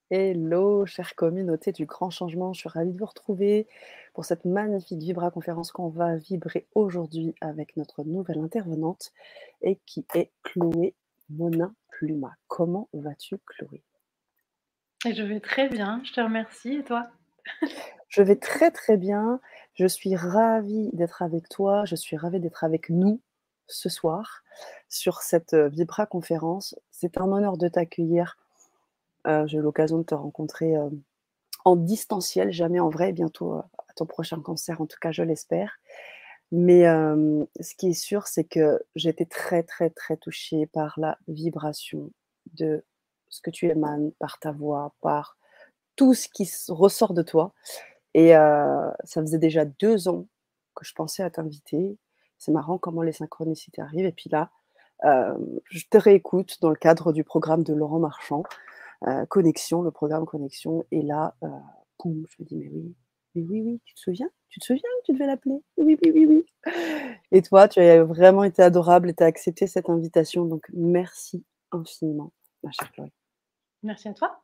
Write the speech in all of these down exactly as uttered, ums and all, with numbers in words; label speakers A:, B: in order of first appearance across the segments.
A: Hello, chère communauté du grand changement, je suis ravie de vous retrouver pour cette magnifique Vibra conférence qu'on va vibrer aujourd'hui avec notre nouvelle intervenante et qui est Chloé Monin Pluma. Comment vas-tu, Chloé?
B: Et je vais très bien, je te remercie et toi?
A: Je vais très, très bien. Je suis ravie d'être avec toi, je suis ravie d'être avec nous ce soir sur cette, heu, Vibra conférence. C'est un honneur de t'accueillir. Heu, j'ai eu l'occasion de te rencontrer, hem, en distanciel, jamais en vrai, bientôt, heu, à ton prochain concert, en tout cas je l'espère. Mais, hem, ce qui est sûr, c'est que j'ai été très, très, très touchée par la vibration de ce que tu émanes, par ta voix, par tout ce qui s ressort de toi et heu, ça faisait déjà deux ans que je pensais à t'inviter. C'est marrant comment les synchronicités arrivent et puis là, hem, je te réécoute dans le cadre du programme de Laurent Marchand, heu, Connexion, le programme Connexion et là, heu, boum, je me dis: «Mais oui, mais oui, oui, tu te souviens? Tu te souviens que tu devais l'appeler? Oui, oui, oui, oui» et toi, tu as vraiment été adorable et tu as accepté cette invitation, donc merci infiniment, ma chère Chloé.
B: Merci à toi.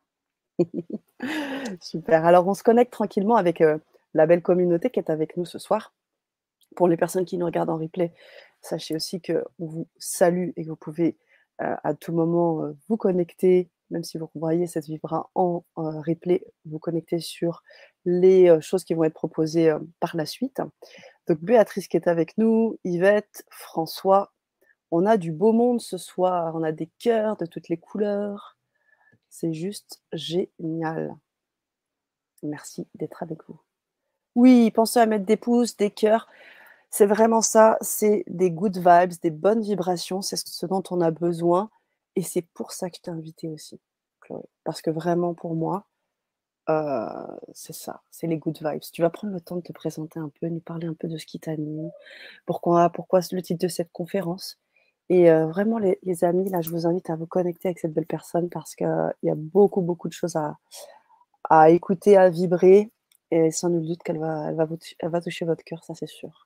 A: Super, alors on se connecte tranquillement avec, heu, la belle communauté qui est avec nous ce soir. Pour les personnes qui nous regardent en replay, sachez aussi qu'on vous salue et que vous pouvez, heu, à tout moment, heu, vous connecter, même si vous voyez cette vibra en, heu, replay, vous connecter sur les, heu, choses qui vont être proposées, heu, par la suite. Donc Béatrice qui est avec nous, Yvette, François, on a du beau monde ce soir, on a des cœurs de toutes les couleurs. C'est juste génial. Merci d'être avec vous. Oui, pensez à mettre des pouces, des cœurs. C'est vraiment ça, c'est des good vibes, des bonnes vibrations, c'est ce dont on a besoin et c'est pour ça que je t'ai invitée aussi, Chloé. Parce que vraiment pour moi, heu, c'est ça, c'est les good vibes. Tu vas prendre le temps de te présenter un peu, nous parler un peu de ce qui t'anime, pourquoi pourquoi le titre de cette conférence et heu, vraiment les les amis, là, je vous invite à vous connecter avec cette belle personne parce qu'il y a beaucoup, beaucoup de choses à à écouter, à vibrer et sans nul doute qu'elle va elle va vous elle va toucher votre cœur, ça c'est sûr.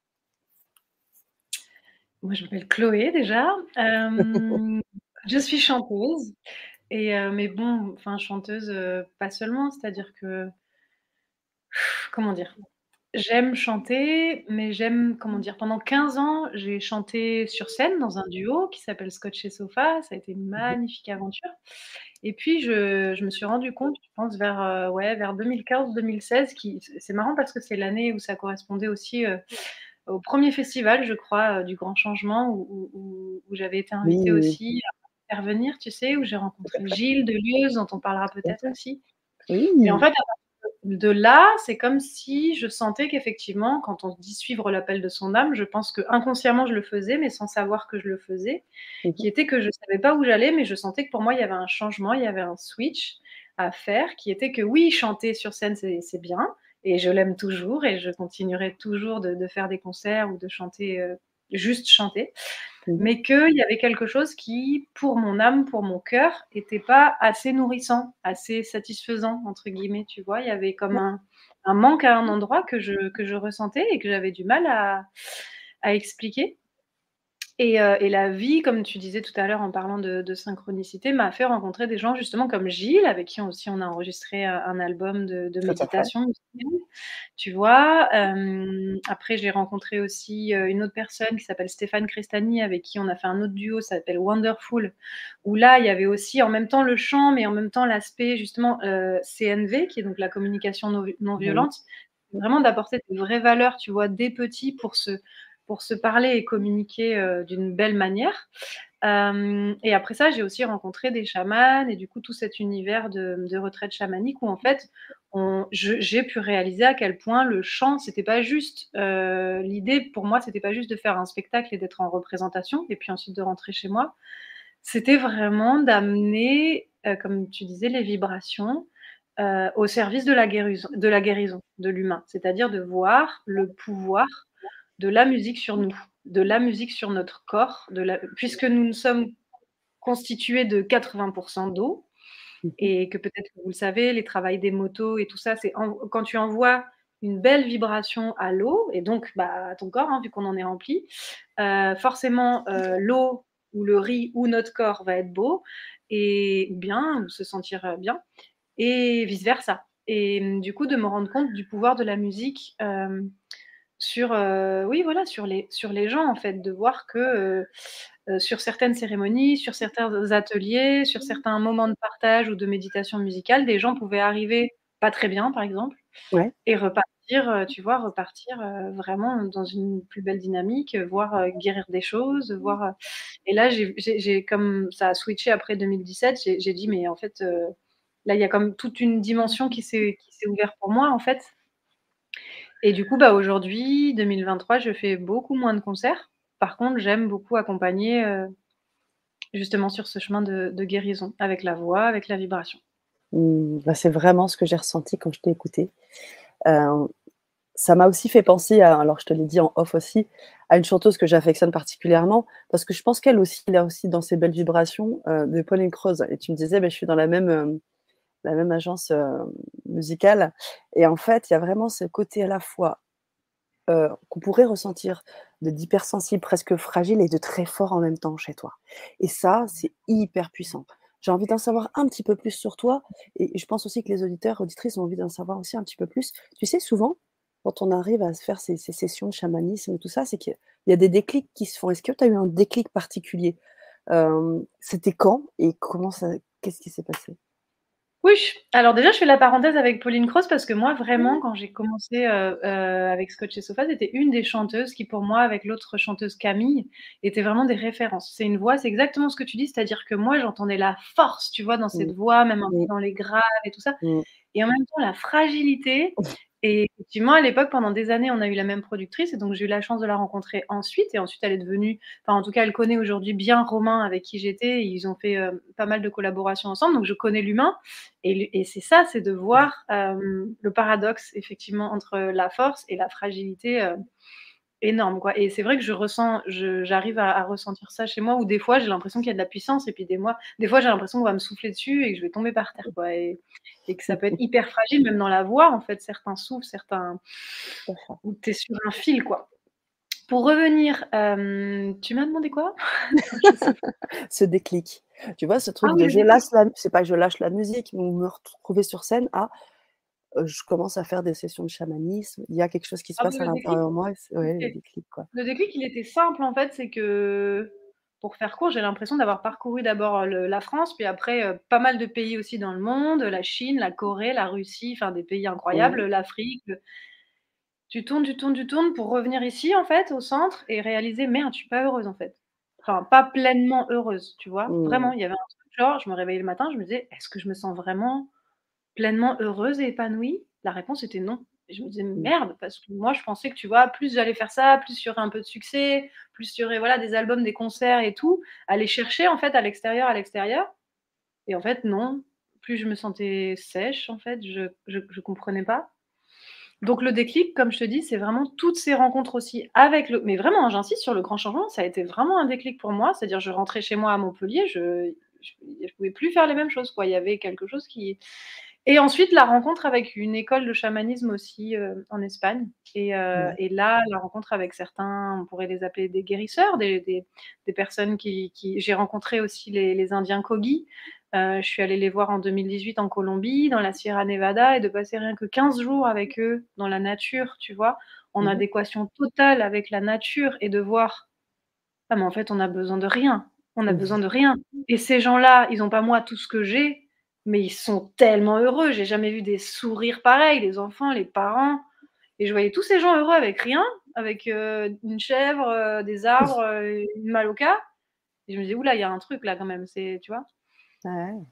B: Moi, je m'appelle Chloé déjà, hem, je suis chanteuse et heu, mais bon, enfin chanteuse, heu, pas seulement, c'est-à-dire que comment dire? J'aime chanter, mais j'aime comment dire? Pendant quinze ans, j'ai chanté sur scène dans un duo qui s'appelle Scotch et Sofa, ça a été une
A: Mmh mh.
B: magnifique aventure et puis je je me suis rendu compte, je pense vers, heu, ouais, vers deux mille quinze-deux mille seize qui c'est c'est marrant parce que c'est l'année où ça correspondait aussi, heu, au premier festival, je crois, heu, du Grand Changement où où où où j'avais été invitée
A: Oui,
B: aussi à intervenir, tu sais? Où j'ai
A: tout à
B: rencontré
A: fait,
B: Gilles Delieuse, dont on parlera
A: tout à
B: peut-être
A: fait.
B: aussi et en
A: Oui!
B: fait, à partir de là, c'est comme si je sentais qu'effectivement, quand on dit suivre l'appel de son âme, je pense qu'inconsciemment je le faisais, mais sans savoir que je le faisais,
A: Mmh mh.
B: qui était que je savais pas où j'allais, mais je sentais que pour moi, il y avait un changement, il y avait un switch à faire qui était que oui, chanter sur scène, c'est c'est bien et je l'aime toujours et je continuerai toujours de de faire des concerts ou de chanter, heu, juste chanter.
A: Mmh mh.
B: Mais qu'il y avait quelque chose qui, pour mon âme, pour mon cœur, était pas assez nourrissant, assez «satisfaisant» entre guillemets, tu vois? Il y avait comme
A: Ouais.
B: un un manque à un endroit que je que je ressentais et que j'avais du mal à à expliquer. Et heu et la vie, comme tu disais tout à l'heure en parlant de de synchronicité, m'a fait rencontrer des gens justement comme Gilles, avec qui aussi on a enregistré, heu, un album de de
A: Tout à fait.
B: méditation, tu vois? Hem, après j'ai rencontré aussi, heu, une autre personne qui s'appelle Stéphane Crestani, avec qui on a fait un autre duo, ça s'appelle Wonderful, où là, il y avait aussi en même temps le chant, mais en même temps l'aspect justement, heu, C N V, qui est donc la communication non non
A: Oui.
B: violente. Vraiment d'apporter des vraies valeurs, tu vois, dès petit pour se pour se parler et communiquer, heu, d'une belle manière. Hem et après ça, j'ai aussi rencontré des chamans et du coup tout cet univers de de retraite chamanique où en fait, on je j'ai pu réaliser à quel point le chant, c'était pas juste, heu, l'idée pour moi, c'était pas juste de faire un spectacle et d'être en représentation et puis ensuite de rentrer chez moi. C'était vraiment d'amener, heu, comme tu disais, les vibrations, heu, au service de la guérison de la guérison de l'humain. C'est-à-dire de voir le pouvoir de la musique sur nous, de la musique sur notre corps, de la puisque nous ne sommes constitués de quatre-vingts d'eau
A: Mmh mh.
B: et que peut-être que vous le savez, les travails des motos et tout ça, c'est en quand tu envoies une belle vibration à l'eau et donc bah, à ton corps, hein, vu qu'on en est rempli, heu, forcément, heu, l'eau ou le riz ou notre corps va être beau et ou bien ou se sentir, heu, bien et vice versa. Et mmh, du coup, de me rendre compte du pouvoir de la musique, hem, sur, heu, oui, voilà, sur les sur les gens, en fait. De voir que, heu heu, sur certaines cérémonies, sur certains ateliers, sur certains moments de partage ou de méditation musicale, des gens pouvaient arriver pas très bien, par exemple,
A: Ouais.
B: et repartir, heu, tu vois, repartir, heu, vraiment dans une plus belle dynamique, heu, voire, heu, guérir des choses, voir, heu et là, j'ai j'ai j'ai comme ça a switché après deux mille dix-sept, j'ai j'ai dit: «Mais en fait, heu, là, il y a comme toute une dimension qui s'est qui s'est ouverte pour moi, en fait». Et du coup, bah, aujourd'hui, deux mille vingt-trois, je fais beaucoup moins de concerts. Par contre, j'aime beaucoup accompagner, heu, justement sur ce chemin de de guérison, avec la voix, avec la vibration.
A: Mmh, bah, c'est vraiment ce que j'ai ressenti quand je t'ai écoutée. Heu, ça m'a aussi fait penser à alors je te l'ai dit en off aussi, à une chanteuse que j'affectionne particulièrement parce que je pense qu'elle aussi, elle a aussi dans ses belles vibrations, heu, de Pauline Croze et tu me disais, beh, je suis dans la même, hem, la même agence, hem, musicale et en fait, il y a vraiment ce côté à la fois, heu, qu'on pourrait ressentir de d'hypersensible, presque fragile et de très fort en même temps chez toi et ça, c'est hyper puissant. J'ai envie d'en savoir un petit peu plus sur toi et je pense aussi que les auditeurs, auditrices ont envie d'en savoir aussi un petit peu plus. Tu sais, souvent, quand on arrive à se faire ces ces sessions de chamanisme et tout ça, c'est qu'il y a des déclics qui se font. Est-ce que tu as eu un déclic particulier? Hem, c'était quand et comment ça qu'est-ce qui s'est passé?
B: Oui, alors déjà, je fais la parenthèse avec Pauline Croze parce que moi, vraiment, quand j'ai commencé, heu heu, avec Scotch et Sofa, c'était une des chanteuses qui, pour moi, avec l'autre chanteuse Camille, étaient vraiment des références. C'est une voix, c'est exactement ce que tu dis, c'est-à-dire que moi, j'entendais la force, tu vois, dans cette
A: Mmh.
B: voix, même un peu
A: Mmh.
B: dans les graves et tout ça.
A: Mmh.
B: Et en même temps, la fragilité. Et effectivement, à l'époque, pendant des années, on a eu la même productrice et donc j'ai eu la chance de la rencontrer ensuite et ensuite elle est devenue enfin, en tout cas, elle connaît aujourd'hui bien Romain avec qui j'étais et ils ont fait, heu, pas mal de collaborations ensemble, donc je connais l'humain et lu et c'est ça, c'est de voir, hem, le paradoxe effectivement entre la force et la fragilité, heu, énorme, quoi. Et c'est vrai que je ressens je j'arrive à à ressentir ça chez moi où des fois j'ai l'impression qu'il y a de la puissance et puis des mois des fois j'ai l'impression qu'on va me souffler dessus et que je vais tomber par terre, quoi. et et que ça peut être hyper fragile même dans la voix, en fait, certains souffles, certains
A: Tout à fait.
B: où tu es sur un fil, quoi. Pour revenir, hem, tu m'as demandé quoi? Je sais plus.
A: Ce déclic. Tu vois, ce
B: Ah
A: truc
B: oui,
A: de
B: le
A: je
B: déclic.
A: lâche la c'est pas que je lâche la musique, mais me retrouver sur scène à, heu, je commence à faire des sessions de chamanisme. Il y a quelque chose qui se
B: Ah bah,
A: passe à
B: le déclic,
A: l'intérieur de moi et c'est ouais, le
B: OK.
A: déclic, quoi.
B: Le déclic, il était simple, en fait, c'est que, pour faire court, j'ai l'impression d'avoir parcouru d'abord, le la France, puis après, heu, pas mal de pays aussi dans le monde, la Chine, la Corée, la Russie, enfin des pays incroyables,
A: Mmh.
B: l'Afrique, le tu tournes, tu tournes, tu tournes pour revenir ici, en fait, au centre et réaliser: «Merde, je suis pas heureuse, en fait». Enfin, pas pleinement heureuse, tu vois?
A: Mmh.
B: Vraiment, il y avait un truc, genre, je me réveillais le matin, je me disais: «Est-ce que je me sens vraiment pleinement heureuse et épanouie?» La réponse était non. Et je me disais:
A: Mmh.
B: «Merde», parce que moi je pensais que, tu vois, plus j'allais faire ça, plus il y aurait un peu de succès, plus il y aurait, voilà, des albums, des concerts et tout, aller chercher, en fait, à l'extérieur, à l'extérieur. Et en fait, non. Plus je me sentais sèche, en fait, je je je comprenais pas. Donc le déclic, comme je te dis, c'est vraiment toutes ces rencontres aussi avec le mais vraiment, hein, j'insiste sur le grand changement, ça a été vraiment un déclic pour moi. C'est-à-dire, je rentrais chez moi à Montpellier, je je je pouvais plus faire les mêmes choses, quoi. Il y avait quelque chose qui et ensuite la rencontre avec une école de chamanisme aussi, heu, en Espagne et heu
A: Ouais.
B: et là, la rencontre avec certains, on pourrait les appeler des guérisseurs, des des des personnes qui qui j'ai rencontré aussi les les indiens Kogi. Heu, je suis allée les voir en deux mille dix-huit en Colombie, dans la Sierra Nevada et de passer rien que quinze jours avec eux dans la nature, tu vois? En
A: Mmh mh.
B: adéquation totale avec la nature et de voir: «Ah mais en fait, on a besoin de rien, on a besoin
A: Mmh.
B: de rien» et ces gens-là, ils ont pas moi tout ce que j'ai, mais ils sont tellement heureux. J'ai jamais vu des sourires pareils, les enfants, les parents et je voyais tous ces gens heureux avec rien, avec, heu, une chèvre, heu, des arbres, heu, une maloca et je me disais: «Ouh là, il y a un truc là quand même», c'est tu vois?
A: Ouais.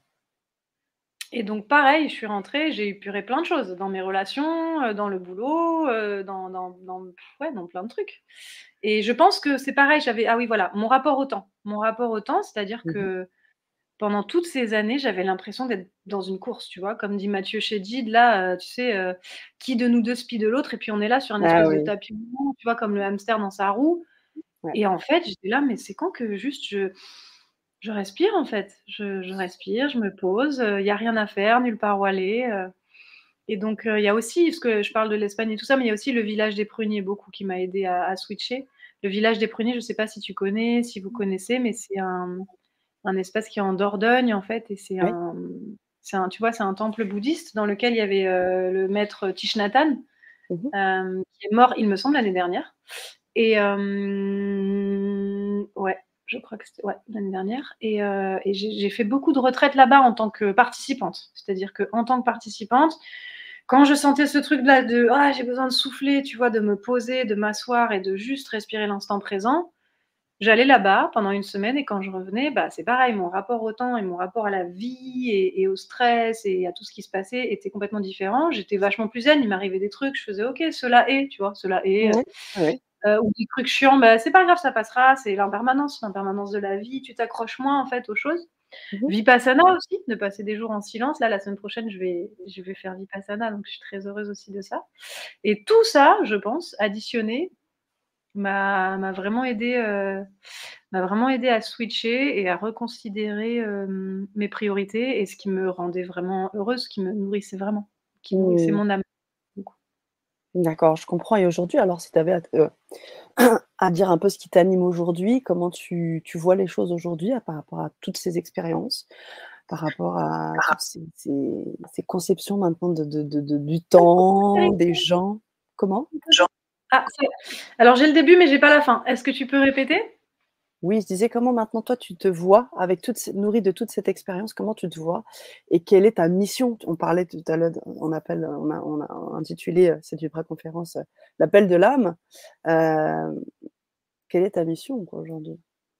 B: Et donc pareil, je suis rentrée, j'ai épuré plein de choses dans mes relations, heu, dans le boulot, heu, dans dans dans ouais, dans plein de trucs. Et je pense que c'est pareil, j'avais ah oui voilà, mon rapport au temps. Mon rapport au temps, c'est-à-dire
A: Mmh mh.
B: que pendant toutes ces années, j'avais l'impression d'être dans une course, tu vois? Comme dit Mathieu Chédid là, heu, tu sais, heu: «Qui de nous deux speed de l'autre?» et puis on est là sur un
A: Ah
B: espèce de
A: oui.
B: tapis roulant, tu vois? Comme le hamster dans sa roue.
A: Ouais.
B: Et en fait, j'étais là: «Mais c'est quand que juste je je respire en fait? Je je respire, je me pose, il y a rien à faire, nulle part où aller, heu» et donc heu, il y a aussi parce que je parle de l'Espagne et tout ça, mais il y a aussi le village des pruniers beaucoup qui m'a aidée à à switcher. Le village des pruniers, je sais pas si tu connais, si vous connaissez, mais c'est un un espace qui est en Dordogne en fait et c'est
A: Ouais.
B: un c'est un tu vois, c'est un temple bouddhiste dans lequel il y avait, heu, le maître Thich Nhat Hanh,
A: Mmh mh.
B: hem, qui est mort, il me semble, l'année dernière et hem, ouais, je crois que c'était ouais, l'année dernière et heu et j'ai j'ai fait beaucoup de retraites là-bas en tant que participante. C'est-à-dire qu'en tant que participante, quand je sentais ce truc-là de: «Ah, j'ai besoin de souffler», tu vois, de me poser, de m'asseoir et de juste respirer l'instant présent, j'allais là-bas pendant une semaine et quand je revenais, bah, c'est pareil, mon rapport au temps et mon rapport à la vie et et au stress et à tout ce qui se passait était complètement différent. J'étais vachement plus zen, il m'arrivait des trucs, je faisais: «OK, cela est», tu vois? Cela est, heu
A: Ouais, ouais.
B: heu, ou des trucs chiants, bah, c'est pas grave, ça passera, c'est l'impermanence, l'impermanence de la vie, tu t'accroches moins en fait aux choses.
A: Mmh mh.
B: Vipassana aussi, de passer des jours en silence. Là, la semaine prochaine, je vais je vais faire Vipassana, donc je suis très heureuse aussi de ça et tout ça, je pense, additionné, m'a m'a vraiment aidée, heu, m'a vraiment aidée à switcher et à reconsidérer, hem, mes priorités et ce qui me rendait vraiment heureuse, ce qui me nourrissait vraiment, qui nourrissait
A: Mmh.
B: mon âme, du coup.
A: D'accord, je comprends et aujourd'hui, alors si tu avais à te heu, à dire un peu ce qui t'anime aujourd'hui, comment tu tu vois les choses aujourd'hui, à par rapport à toutes ces expériences, par rapport à toutes ces ces ces conceptions maintenant de de de de du temps, des gens? Comment?
B: Ah, c'est alors j'ai le début, mais j'ai pas la fin. Est-ce que tu peux répéter?
A: Oui, je disais comment maintenant toi tu te vois avec toute c nourrie de toute cette expérience, comment tu te vois et quelle est ta mission? On parlait tout à l'heure d on appelle, on a on a intitulé, heu, cette vibra-conférence, heu, «L'appel de l'âme». Hem, quelle est ta mission quoi aujourd'hui?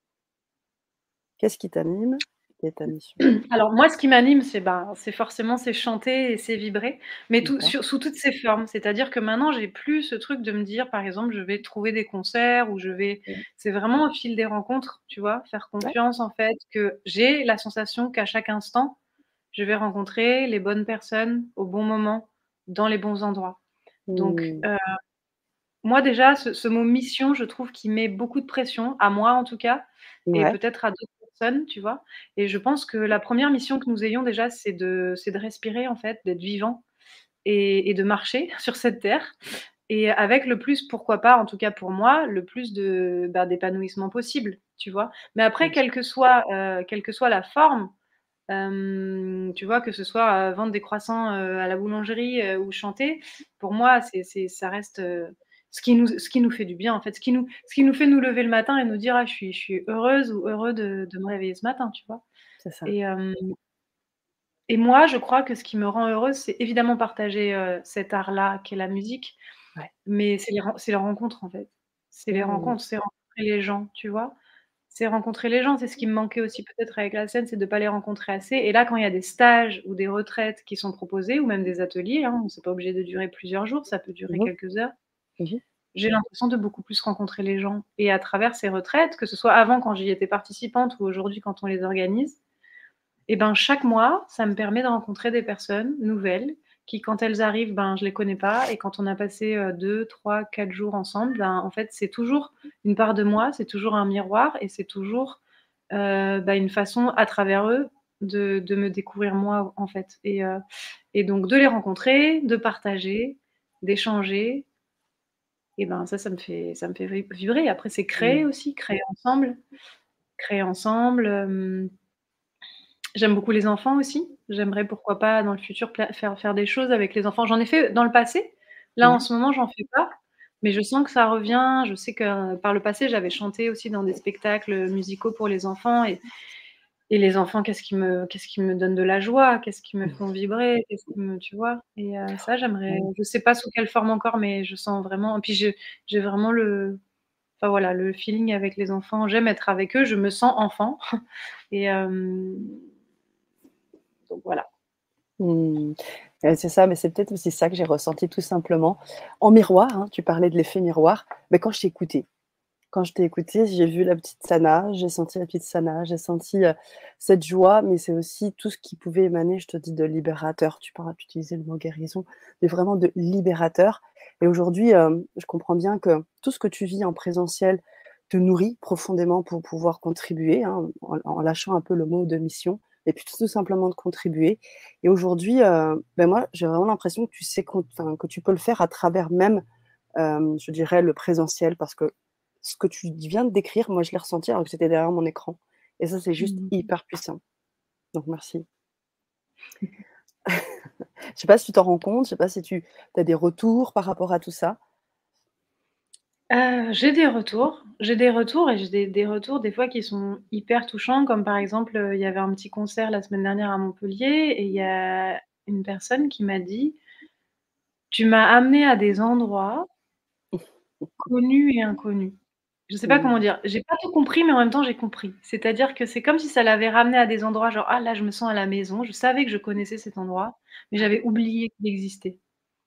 A: Qu'est-ce qui t'anime? Quelle est ta mission?
B: Alors moi, ce qui m'anime, c'est, ben, c'est forcément c'est chanter et c'est vibrer, mais tout
A: D'accord.
B: sur sous toutes ses formes. C'est-à-dire que maintenant, j'ai plus ce truc de me dire, par exemple, je vais trouver des concerts ou je vais
A: Mmh.
B: c'est vraiment au fil des rencontres, tu vois? Faire
A: Ouais.
B: confiance en fait, que j'ai la sensation qu'à chaque instant, je vais rencontrer les bonnes personnes au bon moment, dans les bons endroits. Donc,
A: Mmh.
B: heu, moi déjà ce ce mot mission, je trouve qu'il met beaucoup de pression, à moi en tout cas et
A: Ouais.
B: peut-être à d'autres personnes, tu vois? Et je pense que la première mission que nous ayons déjà, c'est de c'est de respirer en fait, d'être vivant et et de marcher sur cette terre et avec le plus, pourquoi pas, en tout cas pour moi, le plus de, bah, d'épanouissement possible, tu vois? Mais après,
A: Bien sûr.
B: quelle que soit, heu, quelle que soit la forme, hem, tu vois, que ce soit, heu, vendre des croissants, heu, à la boulangerie, heu, ou chanter, pour moi, c'est c'est ça reste, heu, ce qui nous ce qui nous fait du bien, en fait, ce qui nous ce qui nous fait nous lever le matin et nous dire: «Ah, je suis je suis heureuse ou heureux de de me réveiller ce matin», tu vois?
A: C'est ça.
B: Et hem et moi, je crois que ce qui me rend heureuse, c'est évidemment partager, heu, cet art-là qu'est la musique,
A: Ouais.
B: mais c'est les ren c'est les rencontres, en fait. C'est les
A: Mmh.
B: rencontres, c'est rencontrer les gens, tu vois? C'est rencontrer les gens, c'est ce qui me manquait aussi peut-être avec la scène, c'est de pas les rencontrer assez et là, quand il y a des stages ou des retraites qui sont proposés ou même des ateliers, hein, c'est pas obligé de durer plusieurs jours, ça peut durer
A: Mmh mh.
B: quelques heures.
A: Mmh mh.
B: J'ai l'impression de beaucoup plus rencontrer les gens et à travers ces retraites, que ce soit avant quand j'y étais participante ou aujourd'hui quand on les organise et ben, chaque mois, ça me permet de rencontrer des personnes nouvelles qui, quand elles arrivent, ben, je les connais pas et quand on a passé, heu, deux-trois-quatre jours ensemble, ben, en fait, c'est toujours une part de moi, c'est toujours un miroir et c'est toujours, heu, bah, une façon à travers eux de de me découvrir moi, en fait et heu et donc de les rencontrer, de partager, d'échanger et ben, ça, ça me fait ça me fait vi vibrer. Après, c'est créer
A: Mmh.
B: aussi, créer ensemble créer ensemble, hem j'aime beaucoup les enfants aussi. J'aimerais pourquoi pas dans le futur pla faire faire des choses avec les enfants. J'en ai fait dans le passé. Là, en
A: Ouais.
B: ce moment, j'en fais pas, mais je sens que ça revient. Je sais que par le passé, j'avais chanté aussi dans des spectacles, heu, musicaux pour les enfants et et les enfants, qu'est-ce qui me qu'est-ce qui me donne de la joie? Qu'est-ce qui me font vibrer? Qu'est-ce qui me tu vois? Et heu, ça, j'aimerais
A: Mmh.
B: je sais pas sous quelle forme encore, mais je sens vraiment et puis je j'ai vraiment le enfin voilà, le feeling avec les enfants. J'aime être avec eux, je me sens enfant et hem donc voilà.
A: Mmh. Ouais, c'est ça, mais c'est peut-être aussi ça que j'ai ressenti tout simplement. En miroir, hein, tu parlais de l'effet miroir, mais quand je t'ai écoutée. Quand je t'ai écoutée, j'ai vu la petite Sana, j'ai senti la petite Sana, j'ai senti, heu, cette joie, mais c'est aussi tout ce qui pouvait émaner, je te dis, de libérateur. Tu parles tu utilisais le mot guérison, mais vraiment de libérateur et aujourd'hui, hem, je comprends bien que tout ce que tu vis en présentiel te nourrit profondément pour pouvoir contribuer, hein, en en lâchant un peu le mot de mission et puis tout simplement de contribuer et aujourd'hui, heu, bah, moi, j'ai vraiment l'impression que tu sais con enfin, que tu peux le faire à travers même, hem, je dirais le présentiel parce que ce que tu viens de décrire, moi, je l'ai ressenti alors que j'étais derrière mon écran et ça, c'est juste
B: Mmh mh.
A: hyper puissant. Donc merci. Je sais pas si tu t'en rends compte, je sais pas si tu as des retours par rapport à tout ça?
B: Heu, j'ai des retours j'ai des retours et j'ai des des retours des fois qui sont hyper touchants comme par exemple, heu, il y avait un petit concert la semaine dernière à Montpellier et il y a une personne qui m'a dit: «Tu m'as amenée à des endroits connus et inconnus». Je sais pas
A: Mmh.
B: comment dire, j'ai pas tout compris, mais en même temps j'ai compris. C'est-à-dire que c'est comme si ça l'avait ramenée à des endroits genre: «Ah là, je me sens à la maison». Je savais que je connaissais cet endroit, mais j'avais oublié qu'il existait.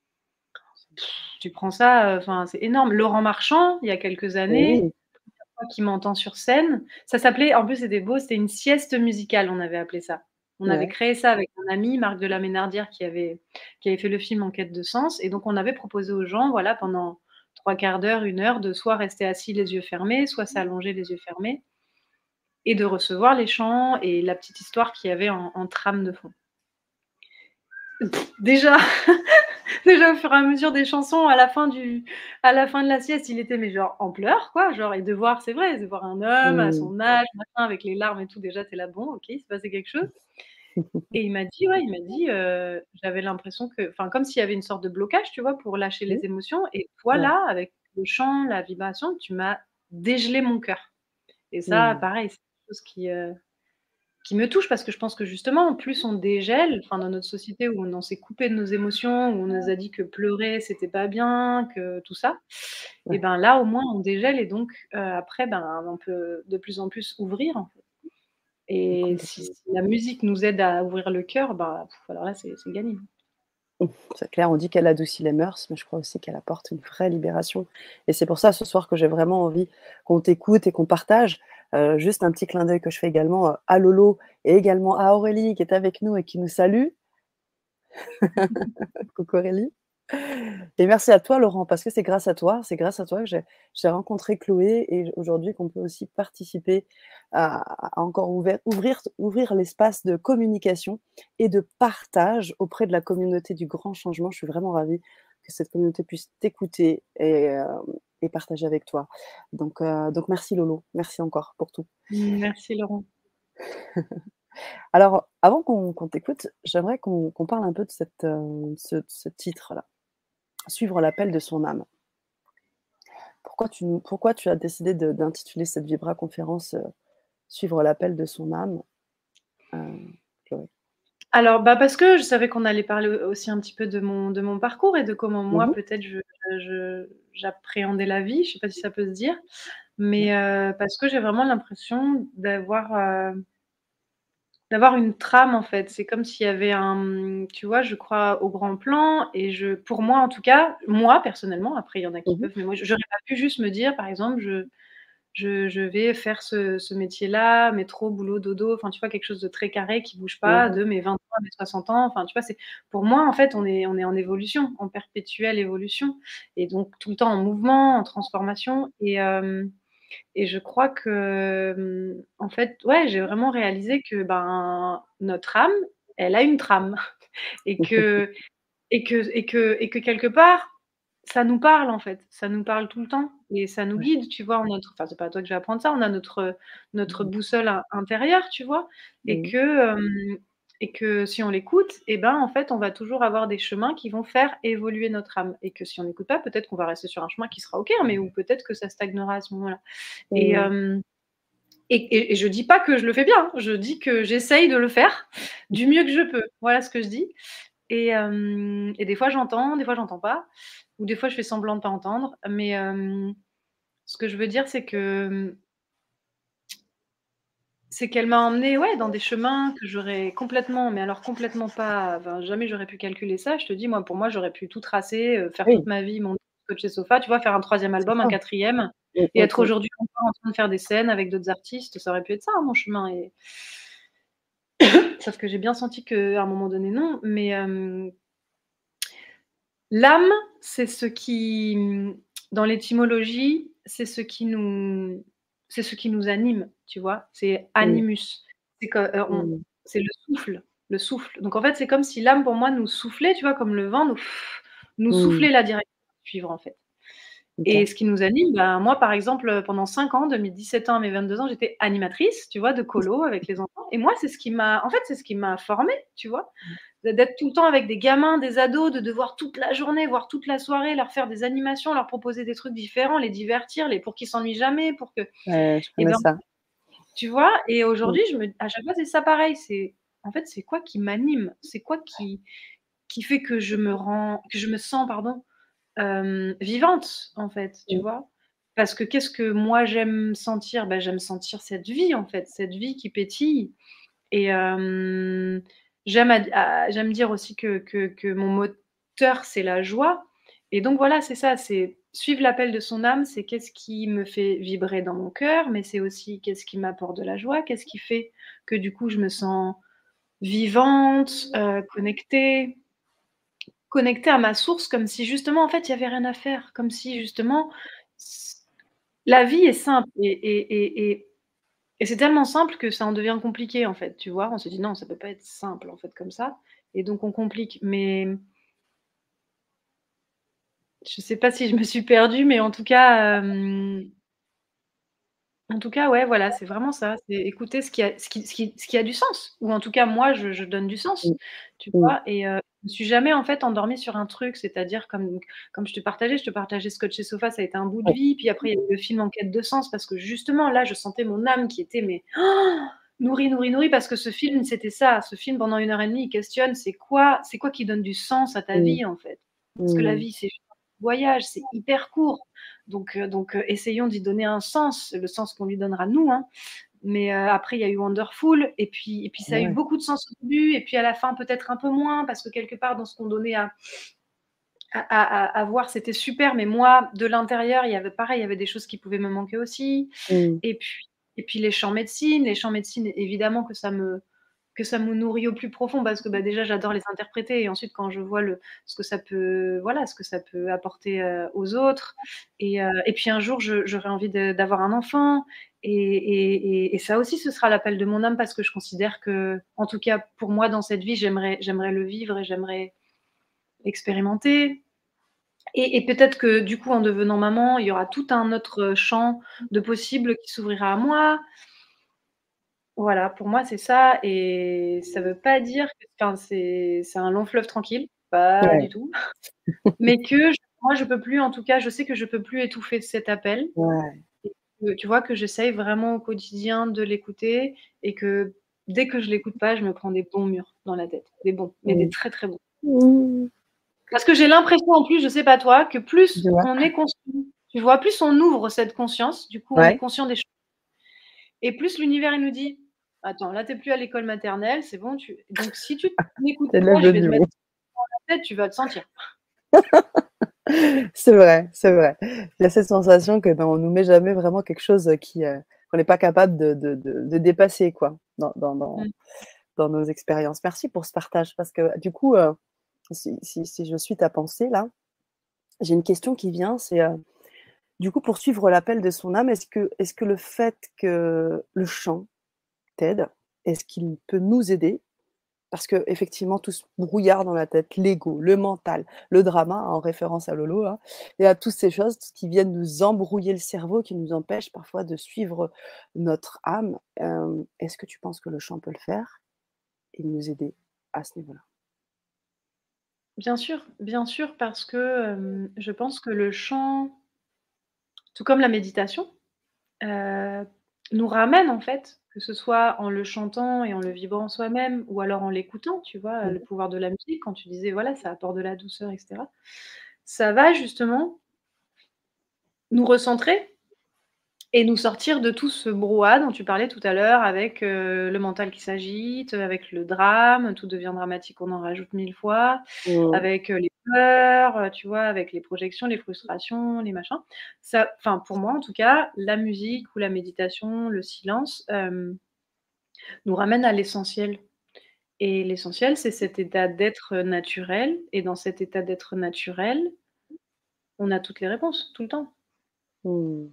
B: Tu prends ça, heu, enfin, c'est énorme. Laurent Marchand, il y a quelques années,
A: Oui,
B: fois qu'il m'entend sur scène, ça s'appelait en plus c'était beau, c'était une sieste musicale, on avait appelé ça. On avait
A: ouais.
B: créé ça avec un ami, Marc de la Ménardière, qui avait qui avait fait le film En quête de sens et donc on avait proposé aux gens, voilà, pendant trois quarts d'heure, une heure, de soit rester assis les yeux fermés, soit s'allonger les yeux fermés et de recevoir les chants et la petite histoire qu'il y avait en en trame de fond. Déjà Déjà au fur et à mesure des chansons, à la fin du à la fin de la sieste, il était mais genre en pleurs quoi, genre et de voir c'est vrai, de voir un homme à
A: Mmh.
B: son âge, machin, avec les larmes et tout, déjà tu es là: «Bon OK, il s'est passé quelque chose» et il m'a dit ouais, il m'a dit, heu: «J'avais l'impression que» enfin comme s'il y avait une sorte de blocage, tu vois? Pour lâcher
A: Oui,
B: les émotions et toi
A: ouais.
B: là, avec le chant, la vibration, tu m'as dégelé mon cœur et ça
A: Mmh.
B: pareil, c'est quelque chose qui, heu qui me touche parce que je pense que justement, plus on dégèle, enfin dans notre société où on on s'est coupé de nos émotions, où on nous a dit que pleurer c'était pas bien, que tout ça, et
A: Ouais,
B: ben là au moins on dégèle et donc heu, après ben, on peut de plus en plus ouvrir en fait et si
A: complètement.
B: si la musique nous aide à ouvrir le cœur, bah, pff, alors là c'est c'est gagné.
A: Mmh, c'est clair, on dit qu'elle adoucit les mœurs, mais je crois aussi qu'elle apporte une vraie libération et c'est pour ça ce soir que j'ai vraiment envie qu'on t'écoute et qu'on partage. Heu, juste un petit clin d'œil que je fais également, heu, à Lolo et également à Aurélie qui est avec nous et qui nous salue. Coucou Aurélie. Et merci à toi Laurent, parce que c'est grâce à toi, c'est grâce à toi que j'ai j'ai rencontré Chloé et aujourd'hui qu'on peut aussi participer à à encore ouvert ouvrir ouvrir l'espace de communication et de partage auprès de la communauté du grand changement. Je suis vraiment ravie que cette communauté puisse t'écouter et hem et partager avec toi. Donc heu, donc merci Lolo, merci encore pour tout.
B: Merci Laurent.
A: Alors avant qu'on qu'on t'écoute, j'aimerais qu'on qu'on parle un peu de cette, heu, ce ce titre-là, «Suivre l'appel de son âme». Pourquoi tu pourquoi tu as décidé de d'intituler cette Vibra conférence, heu, «Suivre l'appel de son âme», heu, Chloé?
B: Alors, bah, parce que je savais qu'on allait parler au aussi un petit peu de mon de mon parcours et de comment
A: Mmh
B: moi
A: mh.
B: peut-être je je j'appréhendais la vie, je sais pas si ça peut se dire,
A: Ouais.
B: mais heu, parce que j'ai vraiment l'impression d'avoir, heu, d'avoir une trame en fait. C'est comme s'il y avait un, mmh, tu vois, je crois au grand plan et je pour moi en tout cas, moi personnellement, après il y en a qui
A: Mmh mh.
B: peuvent, mais moi j'aurais pas pu juste me dire par exemple je je je vais faire ce ce métier-là, métro, boulot, dodo, enfin, tu vois, quelque chose de très carré qui bouge pas
A: Mmh.
B: de mes vingt ans à mes soixante ans. Enfin, tu vois, c'est pour moi, en fait, on est on est en évolution, en perpétuelle évolution et donc tout le temps en mouvement, en transformation et hem et je crois que, mmh, en fait, ouais, j'ai vraiment réalisé que, ben, notre âme, elle a une trame et que et que et que et que quelque part, ça nous parle en fait, ça nous parle tout le temps et ça nous
A: Ouais.
B: guide, tu vois? On a notre enfin, c'est pas à toi que je vais apprendre ça, on a notre, notre
A: Mmh.
B: boussole in intérieure, tu vois? Et
A: Mmh.
B: que, hem et que si on l'écoute et ben, en fait, on va toujours avoir des chemins qui vont faire évoluer notre âme et que si on n'écoute pas, peut-être qu'on va rester sur un chemin qui sera OK, hein, mais ou peut-être que ça stagnera à ce moment-là et
A: Mmh.
B: hem et et et je dis pas que je le fais bien, hein, je dis que j'essaye de le faire du mieux que je peux. Voilà ce que je dis et hem et des fois j'entends, des fois j'entends pas ou des fois je fais semblant de pas entendre. Mais hem, ce que je veux dire, c'est que, mmh, c'est qu'elle m'a emmenée, ouais, dans des chemins que j'aurais complètement, mais alors complètement pas enfin jamais j'aurais pu calculer ça. Je te dis, moi, pour moi, j'aurais pu tout tracer, heu, faire toute
A: Oui,
B: ma vie, mon coach sofa, tu vois? Faire un troisième
A: c'est
B: album, un
A: ça.
B: quatrième
A: Mmh,
B: et
A: mmh,
B: être
A: mmh.
B: aujourd'hui encore en train de faire des scènes avec d'autres artistes. Ça aurait pu être ça, hein, mon chemin et sauf que j'ai bien senti qu'à un moment donné, non. Mais hem l'âme, c'est ce qui, mmh, dans l'étymologie, c'est ce qui nous c'est ce qui nous anime, tu vois? C'est
A: Mmh.
B: animus. C'est que, heu, on
A: Mmh.
B: c'est le souffle, le souffle. Donc en fait, c'est comme si l'âme pour moi nous soufflait, tu vois? Comme le vent nous nous
A: Mmh.
B: soufflait la direction à suivre en fait. Et
A: OK.
B: ce qui nous anime, ben, moi, par exemple, heu, pendant cinq ans, de mes dix-sept ans à mes vingt-deux ans, j'étais animatrice, tu vois, de colo avec les enfants et moi, c'est ce qui m'a en fait, c'est ce qui m'a formée, tu vois?
A: Mmh.
B: De d'être tout le temps avec des gamins, des ados, de devoir toute la journée, voire toute la soirée, leur faire des animations, leur proposer des trucs différents, les divertir, les pour qu'ils s'ennuient jamais, pour que
A: Ouais, je
B: et
A: connais
B: ben,
A: ça.
B: tu vois? Et
A: Mmh.
B: aujourd'hui, je me à chaque fois, c'est ça pareil, c'est en fait, c'est quoi qui m'anime? C'est quoi qui qui fait que je me rends que je me sens, pardon, hem, vivante, en fait, tu
A: Mmh.
B: vois? Parce que qu'est-ce que moi j'aime sentir? Bah, j'aime sentir cette vie, en fait, cette vie qui pétille et hem, j'aime à d à j'aime dire aussi que que que mon moteur, c'est la joie et donc voilà, c'est ça, c'est suivre l'appel de son âme, c'est qu'est-ce qui me fait vibrer dans mon cœur, mais c'est aussi qu'est-ce qui m'apporte de la joie, qu'est-ce qui fait que du coup je me sens vivante, heu, connectée connectée à ma source comme si justement, en fait, il y avait rien à faire, comme si justement s la vie est simple et et et et et c'est tellement simple que ça en devient compliqué, en fait, tu vois? On se dit: «Non, ça peut pas être simple, en fait, comme ça» et donc on complique. Mais je sais pas si je me suis perdue, mais en tout cas, hem, en tout cas, ouais, voilà, c'est vraiment ça. C'est écouter ce qui a ce qui ce qui ce qui a du sens ou en tout cas, moi, je je donne du sens,
A: Mmh.
B: tu
A: Mmh.
B: vois? Et heu, je me suis jamais, en fait, endormie sur un truc, c'est-à-dire comme comme je te partageais, je te partageais Scotch et Sofa, ça a été un bout de
A: Ouais.
B: vie, puis après il y a eu le film En quête de sens parce que justement, là, je sentais mon âme qui était mais nourrie, nourrie, nourrie parce que ce film, c'était ça. Ce film, pendant une heure et demie, il questionne: «C'est quoi c'est quoi qui donne du sens à ta
A: Mmh.
B: vie, en fait?» parce que la
A: Mmh.
B: vie, c'est juste un voyage, c'est hyper court. Donc heu donc heu, essayons d'y donner un sens, le sens qu'on lui donnera nous, hein. Mais heu, après il y a eu Wonderful et puis et puis ça a eu
A: Ouais.
B: beaucoup de sens au début et puis à la fin peut-être un peu moins parce que quelque part dans ce qu'on donnait à à à à à voir, c'était super, mais moi, de l'intérieur, il y avait pareil, il y avait des choses qui pouvaient me manquer aussi
A: Mmh.
B: et puis et puis les chants médecine les chants médecine, évidemment que ça me que ça me nourrit au plus profond parce que, bah, déjà j'adore les interpréter et ensuite quand je vois le ce que ça peut voilà, ce que ça peut apporter, heu, aux autres et heu et puis un jour je j'aurais envie de d'avoir un enfant et et et et ça aussi ce sera l'appel de mon âme parce que je considère qu'en tout cas pour moi dans cette vie, j'aimerais j'aimerais le vivre et j'aimerais expérimenter et et peut-être que du coup en devenant maman, il y aura tout un autre champ de possibles qui s'ouvrira à moi. Voilà, pour moi, c'est ça et ça veut pas dire que enfin, c'est c'est un long fleuve tranquille, pas
A: Ouais.
B: du tout, mais que j moi, je peux plus en tout cas, je sais que je peux plus étouffer cet appel
A: Ouais.
B: et que tu vois, que j'essaye vraiment au quotidien de l'écouter et que dès que je l'écoute pas, je me prends des bons murs dans la tête, des bons, mais des
A: Mmh.
B: très, très bons.
A: Mmh.
B: Parce que j'ai l'impression en plus, je sais pas toi, que plus
A: Dis-moi?
B: on est conscient, tu vois? Plus on ouvre cette conscience, du coup, on est
A: Ouais.
B: conscient des choses et plus l'univers, il nous dit: «Attends, là, tu es plus à l'école maternelle, c'est bon, tu donc si tu m'écoutes
A: C'est
B: pas,
A: le
B: je
A: jeu
B: vais te
A: du
B: mettre
A: mot.
B: dans la tête, tu vas te sentir».
A: C'est vrai, c'est vrai. Il y a cette sensation que, ben, on nous met jamais vraiment quelque chose, qui, heu, qu'on n'est pas capable de de de de dépasser, quoi, dans dans dans
B: Mmh.
A: dans nos expériences. Merci pour ce partage parce que du coup, heu, si si si je suis ta pensée là, j'ai une question qui vient, c'est, heu, du coup, pour suivre l'appel de son âme, est-ce que est-ce que le fait que le chant t'aide, est-ce qu'il peut nous aider? Parce qu'effectivement, tout ce brouillard dans la tête, l'ego, le mental, le drama, en référence à Lolo, hein, il y a toutes ces choses qui viennent nous embrouiller le cerveau, qui nous empêchent parfois de suivre notre âme. Hem, est-ce que tu penses que le chant peut le faire et nous aider à ce niveau-là?
B: Bien sûr, bien sûr, parce que, hem, je pense que le chant, tout comme la méditation, heu, nous ramène en fait, que ce soit en le chantant et en le vibrant soi-même ou alors en l'écoutant, tu vois? Le
A: Mmh.
B: pouvoir de la musique, quand tu disais, voilà, ça apporte de la douceur et cetera. Ça va justement nous recentrer et nous sortir de tout ce brouhaha dont tu parlais tout à l'heure avec, heu, le mental qui s'agite, avec le drame, tout devient dramatique, on en rajoute mille fois,
A: Mmh.
B: avec, heu, les peurs, heu, tu vois? Avec les projections, les frustrations, les machins. Ça enfin, pour moi en tout cas, la musique ou la méditation, le silence, hem, nous ramène à l'essentiel et l'essentiel, c'est cet état d'être naturel et dans cet état d'être naturel, on a toutes les réponses, tout le temps.
A: Mmh.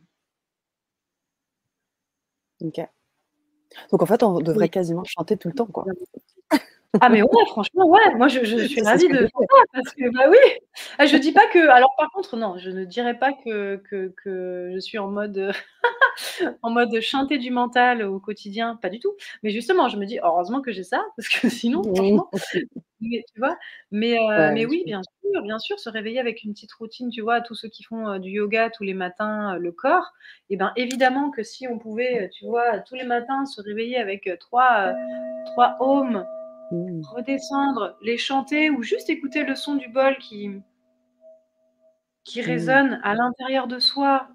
A: OK. Donc en fait, on devrait
B: Oui.
A: quasiment chanter tout le temps, quoi?
B: Ah mais ouais, franchement, ouais, moi je je suis
A: C'est ce
B: ravie
A: que
B: de
A: tu
B: faire
A: fais?
B: ça parce que bah oui! Ah, je dis pas que alors par contre, non, je ne dirais pas que que que je suis en mode, heu, en mode chanter du mental au quotidien, pas du tout. Mais justement, je me dis: «Heureusement que j'ai ça», parce que sinon franchement mais tu vois? Mais heu, mais
A: Ouais, je
B: oui, bien sûr, bien sûr, se réveiller avec une petite routine, tu vois? Tous ceux qui font, heu, du yoga tous les matins, heu, le corps et ben, évidemment que si on pouvait, heu, tu vois, tous les matins se réveiller avec, heu, trois, heu, trois ohms,
A: mmh,
B: redescendre, les chanter ou juste écouter le son du bol qui qui
A: mmh.
B: résonne à l'intérieur de soi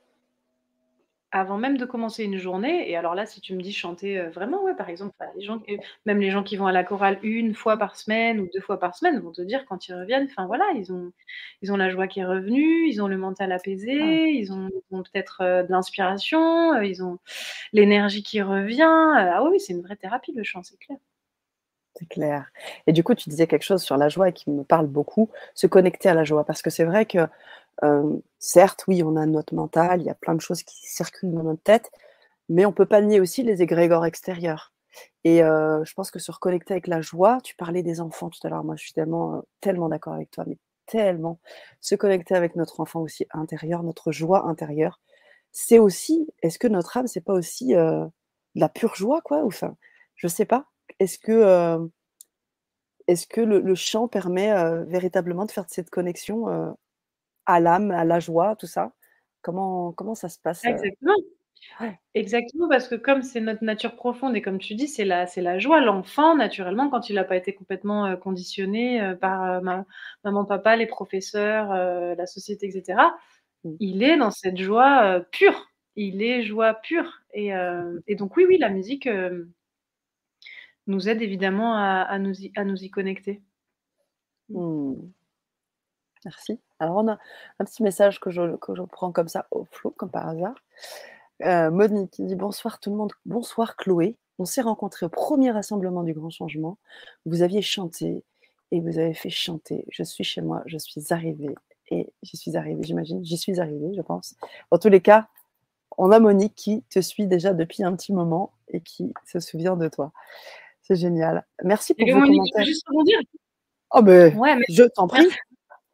B: avant même de commencer une journée et alors là, si tu me dis chanter, heu, vraiment, ouais, par exemple, bah, les gens qui même les gens qui vont à la chorale une fois par semaine ou deux fois par semaine vont te dire quand ils reviennent, enfin voilà, ils ont ils ont la joie qui est revenue, ils ont le mental
A: Ah,
B: apaisé, ils ont ils ont peut-être, heu, de l'inspiration, heu, ils ont l'énergie qui revient, heu, ah oui, oui, c'est une vraie thérapie le chant, c'est clair.
A: c'est clair. Et du coup, tu disais quelque chose sur la joie et qui me parle beaucoup, se connecter à la joie. Parce que c'est vrai que, hem, certes, oui, on a notre mental, il y a plein de choses qui circulent dans notre tête, mais on peut pas nier aussi les égrégores extérieurs. Et heu, je pense que se reconnecter avec la joie, tu parlais des enfants tout à l'heure, moi je suis tellement, heu, tellement d'accord avec toi, mais tellement. Se connecter avec notre enfant aussi intérieur, notre joie intérieure, c'est aussi est-ce que notre âme, c'est pas aussi, heu, de la pure joie quoi? Ou enfin, je sais pas. Est-ce que, heu, est-ce que le le chant permet, heu, véritablement de faire cette connexion, heu, à l'âme, à la joie, tout ça? Comment comment ça se passe, heu?
B: Exactement.
A: Ouais.
B: Exactement, parce que comme c'est notre nature profonde et comme tu dis, c'est la c'est la joie. L'enfant, naturellement, quand il a pas été complètement, heu, conditionné, heu, par, heu, ma maman, papa, les professeurs, heu, la société et cetera,
A: Mmh.
B: il est dans cette joie, heu, pure. Il est joie pure et heu et donc oui, oui, la musique, hem, nous aide évidemment à à nous y à nous y connecter. Mmh.
A: Mmh. Merci. Alors on a un petit message que je que je prends comme ça au flot, comme par hasard. Heu, Monique qui dit: «Bonsoir tout le monde, bonsoir Chloé. On s'est rencontrés au premier rassemblement du Grand Changement. Vous aviez chanté et vous avez fait chanter "Je suis chez moi, je suis arrivée" et j'y suis arrivée, j'imagine. J'y suis arrivée, je pense. En tous les cas, on a Monique qui te suit déjà depuis un petit moment et qui se souvient de toi. C'est génial. Merci pour
B: Hello
A: vos
B: Monique, je peux
A: commentaires.
B: juste rebondir?
A: Oh beh,
B: Ouais,
A: je t'en
B: merci.
A: prie.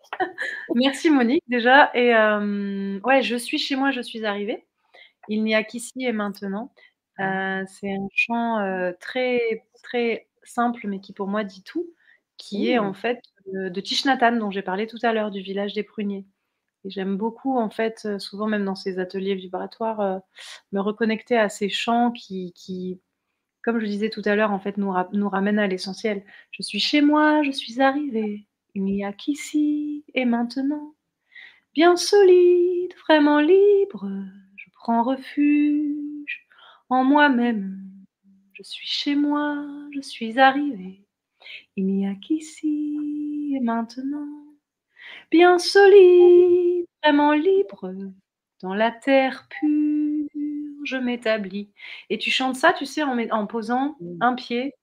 B: Merci Monique déjà et hem, ouais, je suis chez moi, je suis arrivée. Il n'y a qu'ici et maintenant.
A: Ah,
B: Heu, c'est un chant, heu, très, très simple, mais qui pour moi dit tout, qui est en
A: mmh,
B: fait, heu, de Thich Nhat Hanh dont j'ai parlé tout à l'heure, du village des pruniers et j'aime beaucoup en fait, heu, souvent même dans ces ateliers vibratoires, heu, me reconnecter à ces chants qui qui, comme je disais tout à l'heure, en fait, nous ra nous ramènent à l'essentiel. Je suis chez moi, je suis arrivée, il n'y a qu'ici et maintenant. Bien solide, vraiment libre, je prends refuge en moi-même. Je suis chez moi, je suis arrivée, il n'y a qu'ici et maintenant. Bien solide, vraiment libre, dans la terre pure, je m'établis. Et tu chantes ça, tu sais, en, met- en posant
A: mmh,
B: un pied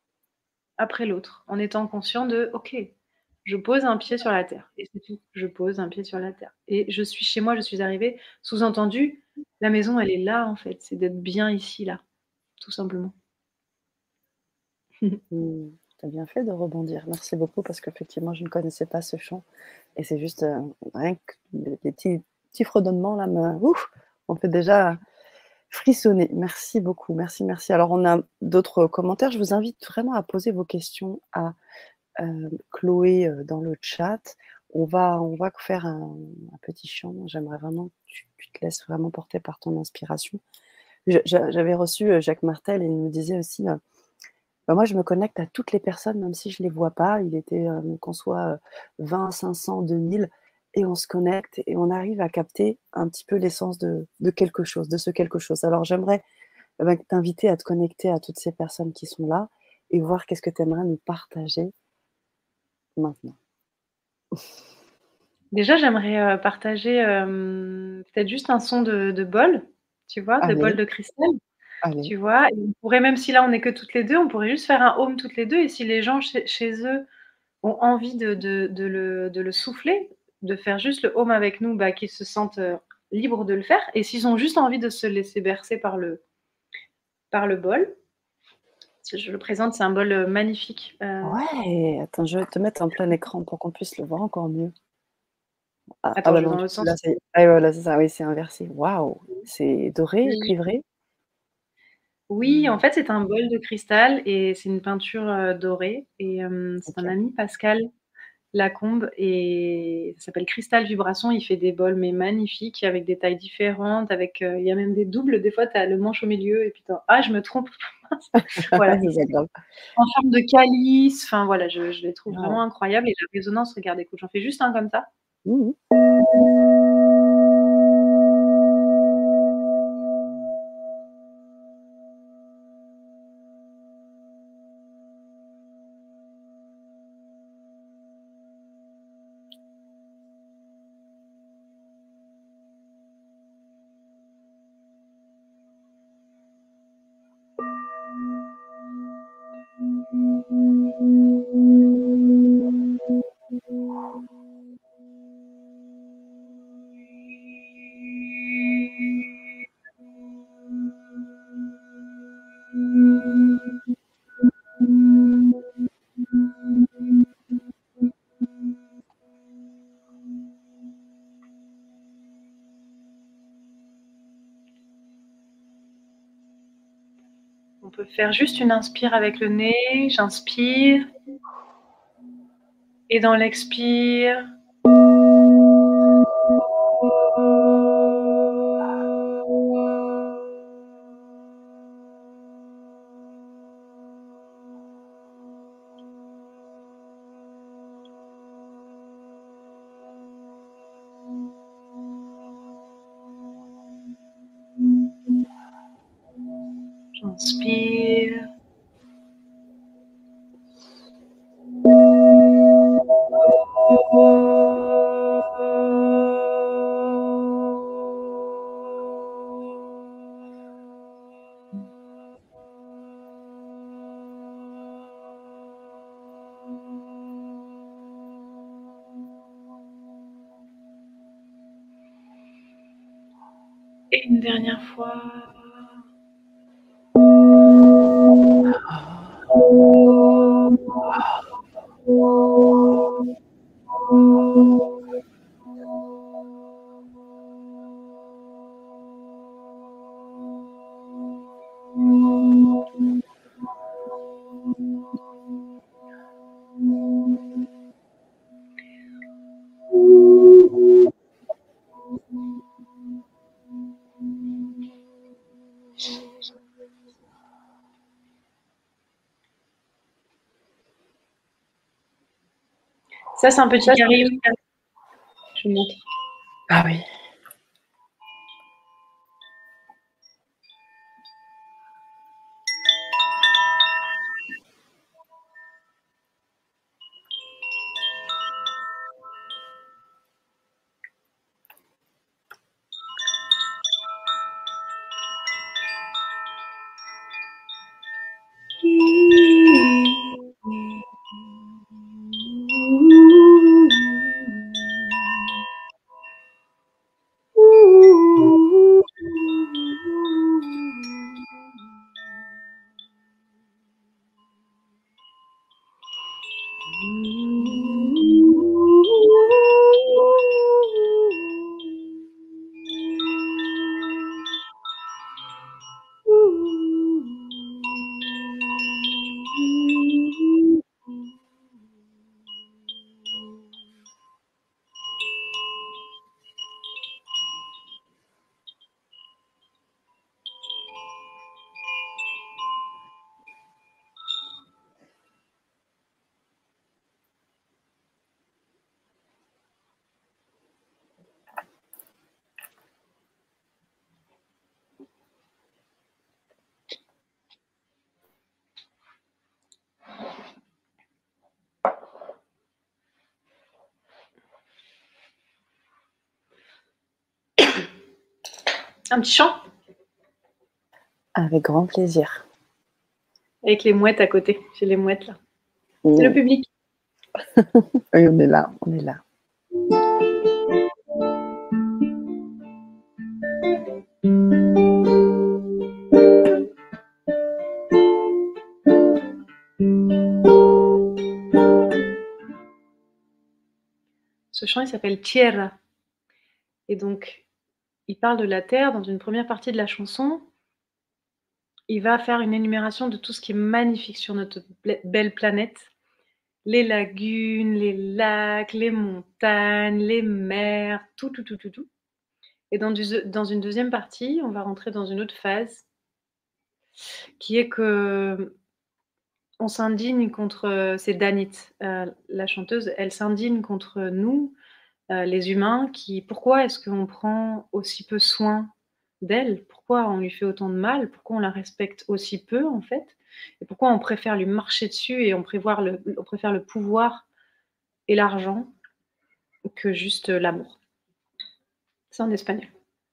B: après l'autre, en étant conscient de, ok, je pose un pied sur la terre, et c'est tout. Je pose un pied sur la terre. Et je suis chez moi, je suis arrivée. Sous-entendu, la maison, elle est là, en fait. C'est d'être bien ici, là, tout simplement.
A: mmh. Tu as bien fait de rebondir. Merci beaucoup parce qu'effectivement, je ne connaissais pas ce chant et c'est juste, heu, rien que les les petits petits fredonnements là me ouf, on fait déjà frissonner. Merci beaucoup, merci, merci. Alors on a d'autres commentaires. Je vous invite vraiment à poser vos questions à, heu, Chloé, heu, dans le chat. On va on va faire un un petit chant. J'aimerais vraiment que tu tu te laisses vraiment porter par ton inspiration. Je j'a j'avais reçu, heu, Jacques Martel et il me disait aussi, heu bah, moi, je me connecte à toutes les personnes, même si je les vois pas. Il était, heu, qu'on soit, heu, vingt, cinq cents, deux mille et on se connecte et on arrive à capter un petit peu l'essence de de quelque chose, de ce quelque chose. Alors j'aimerais, eh bah, t'inviter à te connecter à toutes ces personnes qui sont là et voir qu'est-ce que tu aimerais nous partager maintenant.
B: Déjà, j'aimerais euh, partager euh, peut-être juste un son de, de bol, tu vois, de bol
A: Allez,
B: de cristal,
A: allez.
B: tu vois. Et on pourrait, même si là, on n'est que toutes les deux, on pourrait juste faire un home toutes les deux. Et si les gens chez, chez eux ont envie de, de, de le, de le souffler, de faire juste le home avec nous, bah, qu'ils se sentent euh, libres de le faire. Et s'ils ont juste envie de se laisser bercer par le, par le bol, je le présente, c'est un bol euh, magnifique. Euh,
A: Ouais, attends, je vais te mettre en plein écran pour qu'on puisse le voir encore mieux. Ah, ah
B: Attends,
A: bah
B: je vais
A: non,
B: dans
A: du
B: l'autre
A: coup,
B: sens.
A: là, c'est ah, voilà, c'est ça, oui, c'est inversé. Waouh! C'est doré,
B: Oui.
A: cuivré?
B: Oui, en fait, c'est un bol de cristal et c'est une peinture, heu, dorée et hem, c'est un
A: OK.
B: ami, Pascal Lacombe et ça s'appelle Cristal Vibration. Il fait des bols, mais magnifiques, avec des tailles différentes, avec, heu, il y a même des doubles. Des fois, tu as le manche au milieu et puis tu as ah, je me trompe, mince. Voilà,
A: C'est pas grave.
B: en forme de calice, enfin voilà, je je les trouve
A: Waouh!
B: vraiment incroyables et la résonance, regarde, écoute, j'en fais juste un comme ça.
A: Mmh mh.
B: On peut faire juste une inspire avec le nez, j'inspire et dans l'expire j'inspire et une dernière fois. Ça, c'est un petit
A: Ça, c'est un
B: carré.
A: petit
B: Je vous montre.
A: Ah oui.
B: Un petit chant
A: Avec grand plaisir.
B: avec les mouettes à côté. J'ai les mouettes là.
A: Mmh.
B: C'est le public.
A: Oui, on est là, on est là.
B: Ce chant, il s'appelle Tierra. Et donc, il parle de la terre dans une première partie de la chanson. Il va faire une énumération de tout ce qui est magnifique sur notre belle planète. Les lagunes, les lacs, les montagnes, les mers, tout, tout, tout, tout, tout. Et dans, du, dans une deuxième partie, on va rentrer dans une autre phase qui est que on s'indigne contre, c'est Danit, euh, la chanteuse, elle s'indigne contre nous, euh, les humains, qui, pourquoi est-ce qu'on prend aussi peu soin d'elle? Pourquoi on lui fait autant de mal? Pourquoi on la respecte aussi peu, en fait? Et pourquoi on préfère lui marcher dessus et on préfère le, on préfère le pouvoir et l'argent que juste l'amour? C'est en espagnol.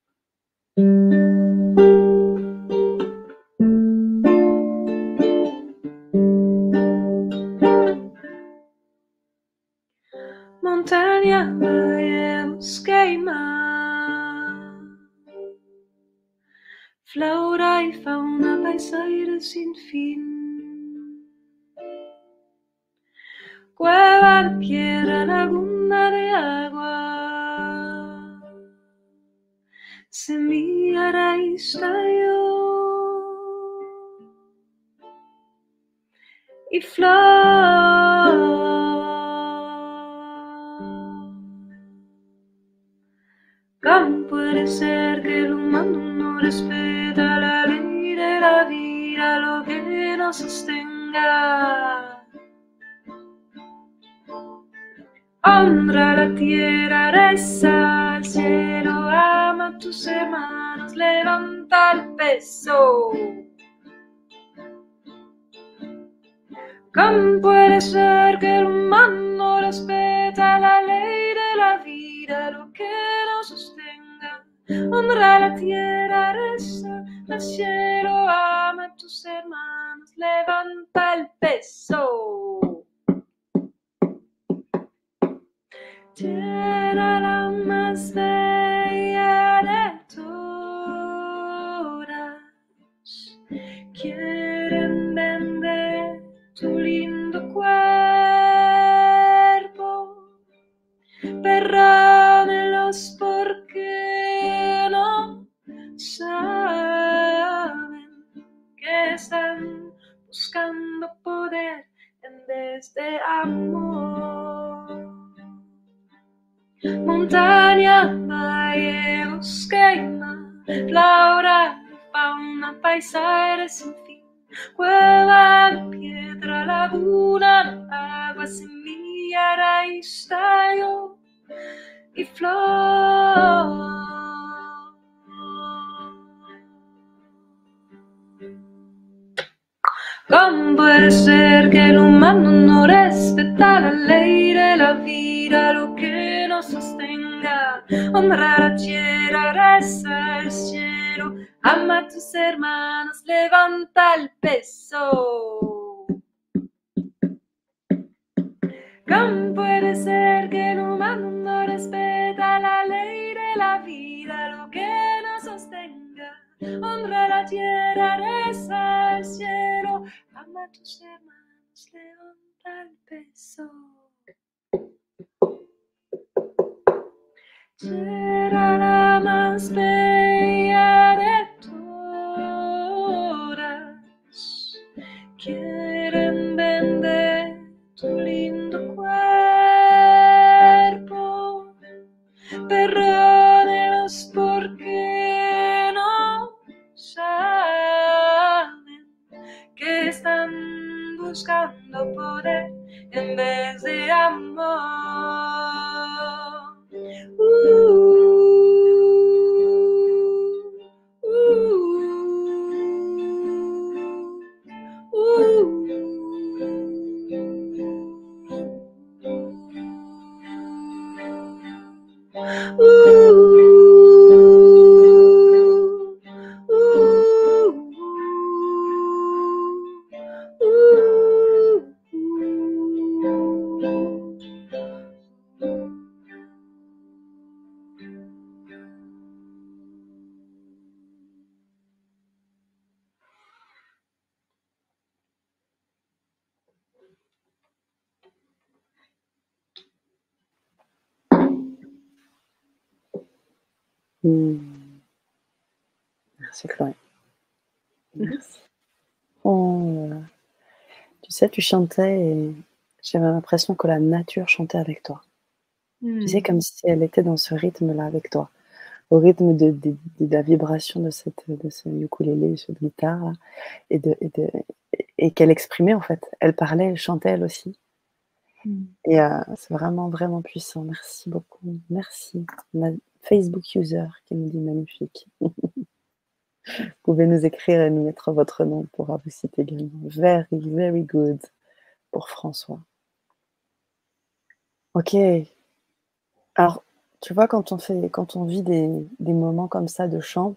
B: Montaña, valles, queima, flora y fauna, paisajes sin fin, cueva de piedra, laguna de agua, semilla, raíz, tallo y flor. ¿Cómo puede ser que el humano no respeta la ley de la vida, lo que nos sostenga? Honra la tierra, reza al cielo, ama a tus hermanos, levanta el peso. ¿Cómo puede ser que el humano no respeta la ley de la vida, lo que nos sostenga? Honra la tierra, reza al cielo, ama a tus hermanos, levanta el peso. Tierra la más bella de todas, quieren vender tu lindo cuerpo, perdónelos porque no saben que están buscando poder en vez de amor. Montaña, valle, bosque y mar, flora, fauna, paisajes sin fin, cueva de piedra, laguna, agua, semilla, raíz, tallo y flor. ¿Cómo puede ser que el humano no respeta la ley de la vida, lo que nos sostenga? Honra la tierra, reza al cielo, ama a tus hermanos, levanta el peso. ¿Cómo puede ser que el humano no respeta la ley de la vida, lo que nos sostenga? Honra la tierra, reza al cielo, ama a tus hermanos, levanta el peso. Será la más bella de todas, quieren vender tu lindo cuerpo, perdónelos porque no saben que están buscando poder en vez de amor. Uh, uh, uh, uh,
A: Mmh. Merci Chloé.
B: Mmh mh.
A: Merci. Oh là là. Tu sais, tu chantais et j'avais l'impression que la nature chantait avec toi. Tu sais,
B: Mmh.
A: comme si elle était dans ce rythme-là avec toi, au rythme de de de la vibration de cette, de ce ukulélé, cette guitare-là et de et de et et qu'elle exprimait en fait. Elle parlait, elle chantait elle aussi
B: Mmh.
A: et heu, c'est vraiment, vraiment puissant. Merci beaucoup. Merci. Ma Facebook user qui nous dit: «Magnifique». Vous pouvez nous écrire et nous mettre votre nom, on pourra vous citer également. Very, very good pour François. OK. Alors, tu vois, quand on fait quand on vit des des moments comme ça de chant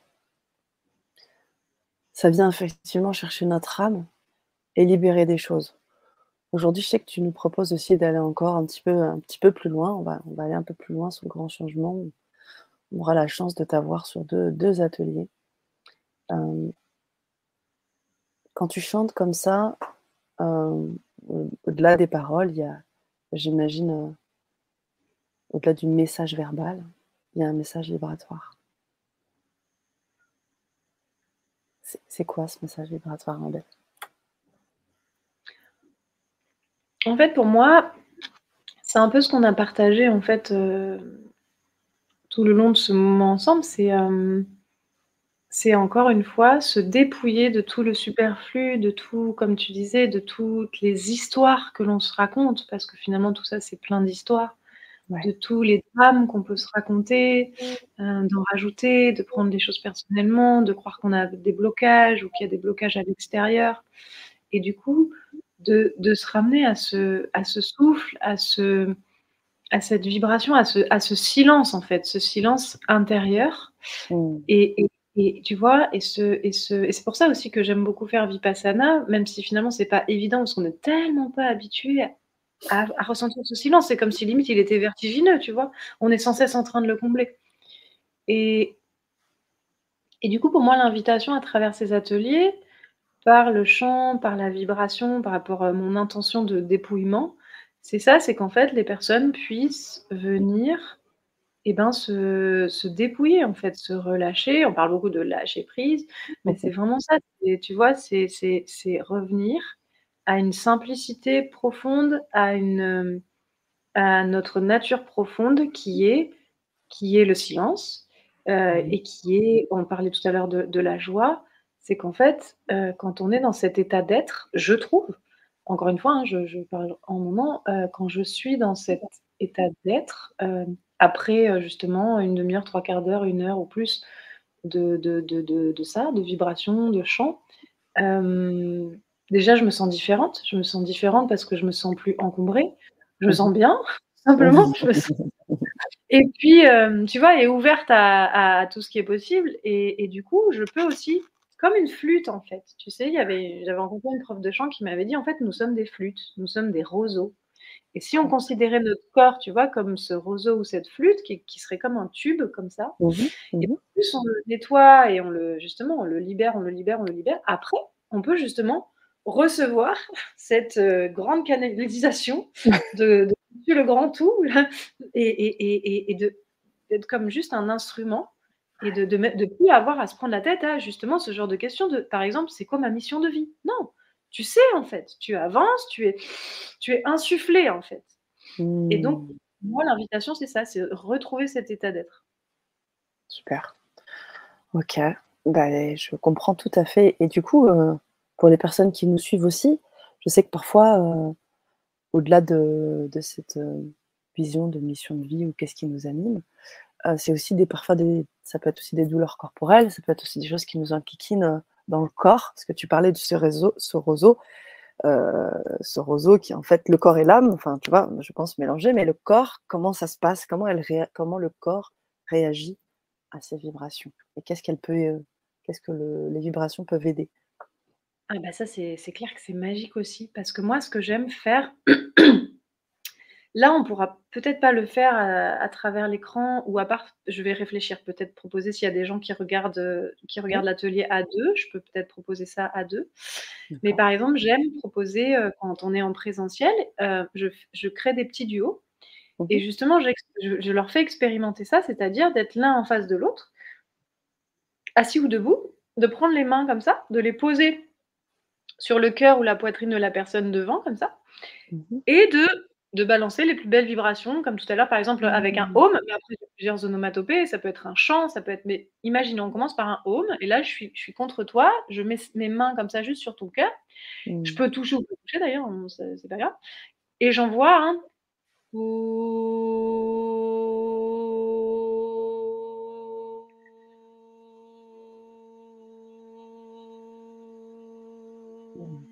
A: ça vient effectivement chercher notre âme et libérer des choses. Aujourd'hui, je sais que tu nous proposes aussi d'aller encore un petit peu un petit peu plus loin. On va on va aller un peu plus loin sur le grand changement. On aura la chance de t'avoir sur deux deux ateliers. Hem quand tu chantes comme ça, hem, au au-delà des paroles, il y a, j'imagine, heu au-delà du message verbal, il y a un message vibratoire. C'est c'est quoi ce message vibratoire, ma belle?
B: En fait, pour moi, c'est un peu ce qu'on a partagé, en fait, heu, tout le long de ce moment ensemble. C'est, hem, c'est encore une fois se dépouiller de tout le superflu, de tout, comme tu disais, de toutes les histoires que l'on se raconte, parce que finalement tout ça, c'est plein d'histoires, de
A: Ouais.
B: tous les drames qu'on peut se raconter, heu, d'en rajouter, de prendre les choses personnellement, de croire qu'on a des blocages ou qu'il y a des blocages à l'extérieur et du coup, de de se ramener à ce à ce souffle, à ce à cette vibration, à ce à ce silence, en fait, ce silence intérieur
A: Mmh.
B: et et et tu vois? Et ce et ce et c'est pour ça aussi que j'aime beaucoup faire Vipassana, même si finalement c'est pas évident parce qu'on est tellement pas habitué à à ressentir ce silence. C'est comme si limite il était vertigineux, tu vois? On est sans cesse en train de le combler et et du coup, pour moi, l'invitation à travers ces ateliers, par le chant, par la vibration, par rapport à mon intention de dépouillement, c'est ça, c'est qu'en fait, les personnes puissent venir et ben, se se dépouiller, en fait, se relâcher. On parle beaucoup de lâcher prise, mais c'est vraiment ça. C'est tu vois, c'est c'est c'est revenir à une simplicité profonde, à une, hem, à notre nature profonde qui est qui est le silence, heu
A: Mmh.
B: et qui est on parlait tout à l'heure de de la joie, c'est qu'en fait, heu, quand on est dans cet état d'être, je trouve, encore une fois, hein, je je parle en mon nom, heu, quand je suis dans cet état d'être, hem, après, heu, justement une demi heure, trois quarts d'heure, une heure ou plus de de de de de ça, de vibration, de chant, hem, déjà je me sens différente. Je me sens différente parce que je me sens plus encombrée. Je me
A: Mmh
B: sens
A: mh.
B: bien, simplement, je me sens et puis, hem, tu vois? Et ouverte à à tout ce qui est possible et et du coup, je peux aussi comme une flûte, en fait. Tu sais, il y avait j'avais rencontré une prof de chant qui m'avait dit: «En fait, nous sommes des flûtes, nous sommes des roseaux» et si on
A: Trop bien.
B: considérait notre corps, tu vois? Comme ce roseau ou cette flûte qui qui serait comme un tube, comme ça
A: Mmh mh.
B: et
A: Mmh mh.
B: plus on le nettoie et on le justement, on le libère, on le libère, on le libère, après, on peut justement recevoir cette, heu, grande canalisation de de Monsieur le Grand Tout là et et et et et de d'être comme juste un instrument et de de mettre de plus avoir à se prendre la tête à justement ce genre de questions de, par exemple: «C'est quoi ma mission de vie?» non, tu sais en fait, tu avances, tu es tu es insufflé en fait et donc
A: Mmh.
B: moi l'invitation c'est ça, c'est retrouver cet état d'être.
A: Super. OK. Bah, et je comprends tout à fait et du coup, heu, pour les personnes qui nous suivent aussi, je sais que parfois, heu, au-delà de de cette, heu, vision de mission de vie ou qu'est-ce qui nous anime, heu, c'est aussi des parfois des ça peut être aussi des douleurs corporelles, ça peut être aussi des choses qui nous enquiquinent, heu, dans le corps. Parce que tu parlais de ce réseau ce roseau, heu, ce roseau qui est en fait le corps et l'âme, enfin, tu vois? Je pense mélanger, mais le corps, comment ça se passe? Comment elle réa comment le corps réagit à ces vibrations? Et qu'est-ce qu'elle peut, heu, qu'est-ce que le les vibrations peuvent aider?
B: Ah bah ça c'est c'est clair que c'est magique aussi parce que moi ce que j'aime faire là, on pourra peut-être pas le faire, heu, à travers l'écran ou à part je vais réfléchir, peut-être proposer s'il y a des gens qui regardent, heu, qui
A: Oui,
B: regardent l'atelier à deux, je peux peut-être proposer ça à deux. Mais
A: d'accord.
B: par exemple, j'aime proposer, heu, quand on est en présentiel, heu, je f je crée des petits duos
A: Mmh
B: et
A: mh.
B: justement j'ex je je leur fais expérimenter ça, c'est-à-dire d'être l'un en face de l'autre assis ou debout, de prendre les mains comme ça, de les poser sur le cœur ou la poitrine de la personne devant comme ça
A: Mmh mh.
B: et de de balancer les plus belles vibrations comme tout à l'heure, par exemple, avec un
A: Mmh.
B: Om, mais après il y a plusieurs onomatopées, ça peut être un chant, ça peut être mais imaginons, on commence par un Om et là je suis je suis contre toi, je mets s mes mains comme ça juste sur ton cœur. Je
A: Mmh.
B: peux toucher ou pas toucher d'ailleurs, hein, c'est c'est pas grave et j'envoie un
A: Mmh.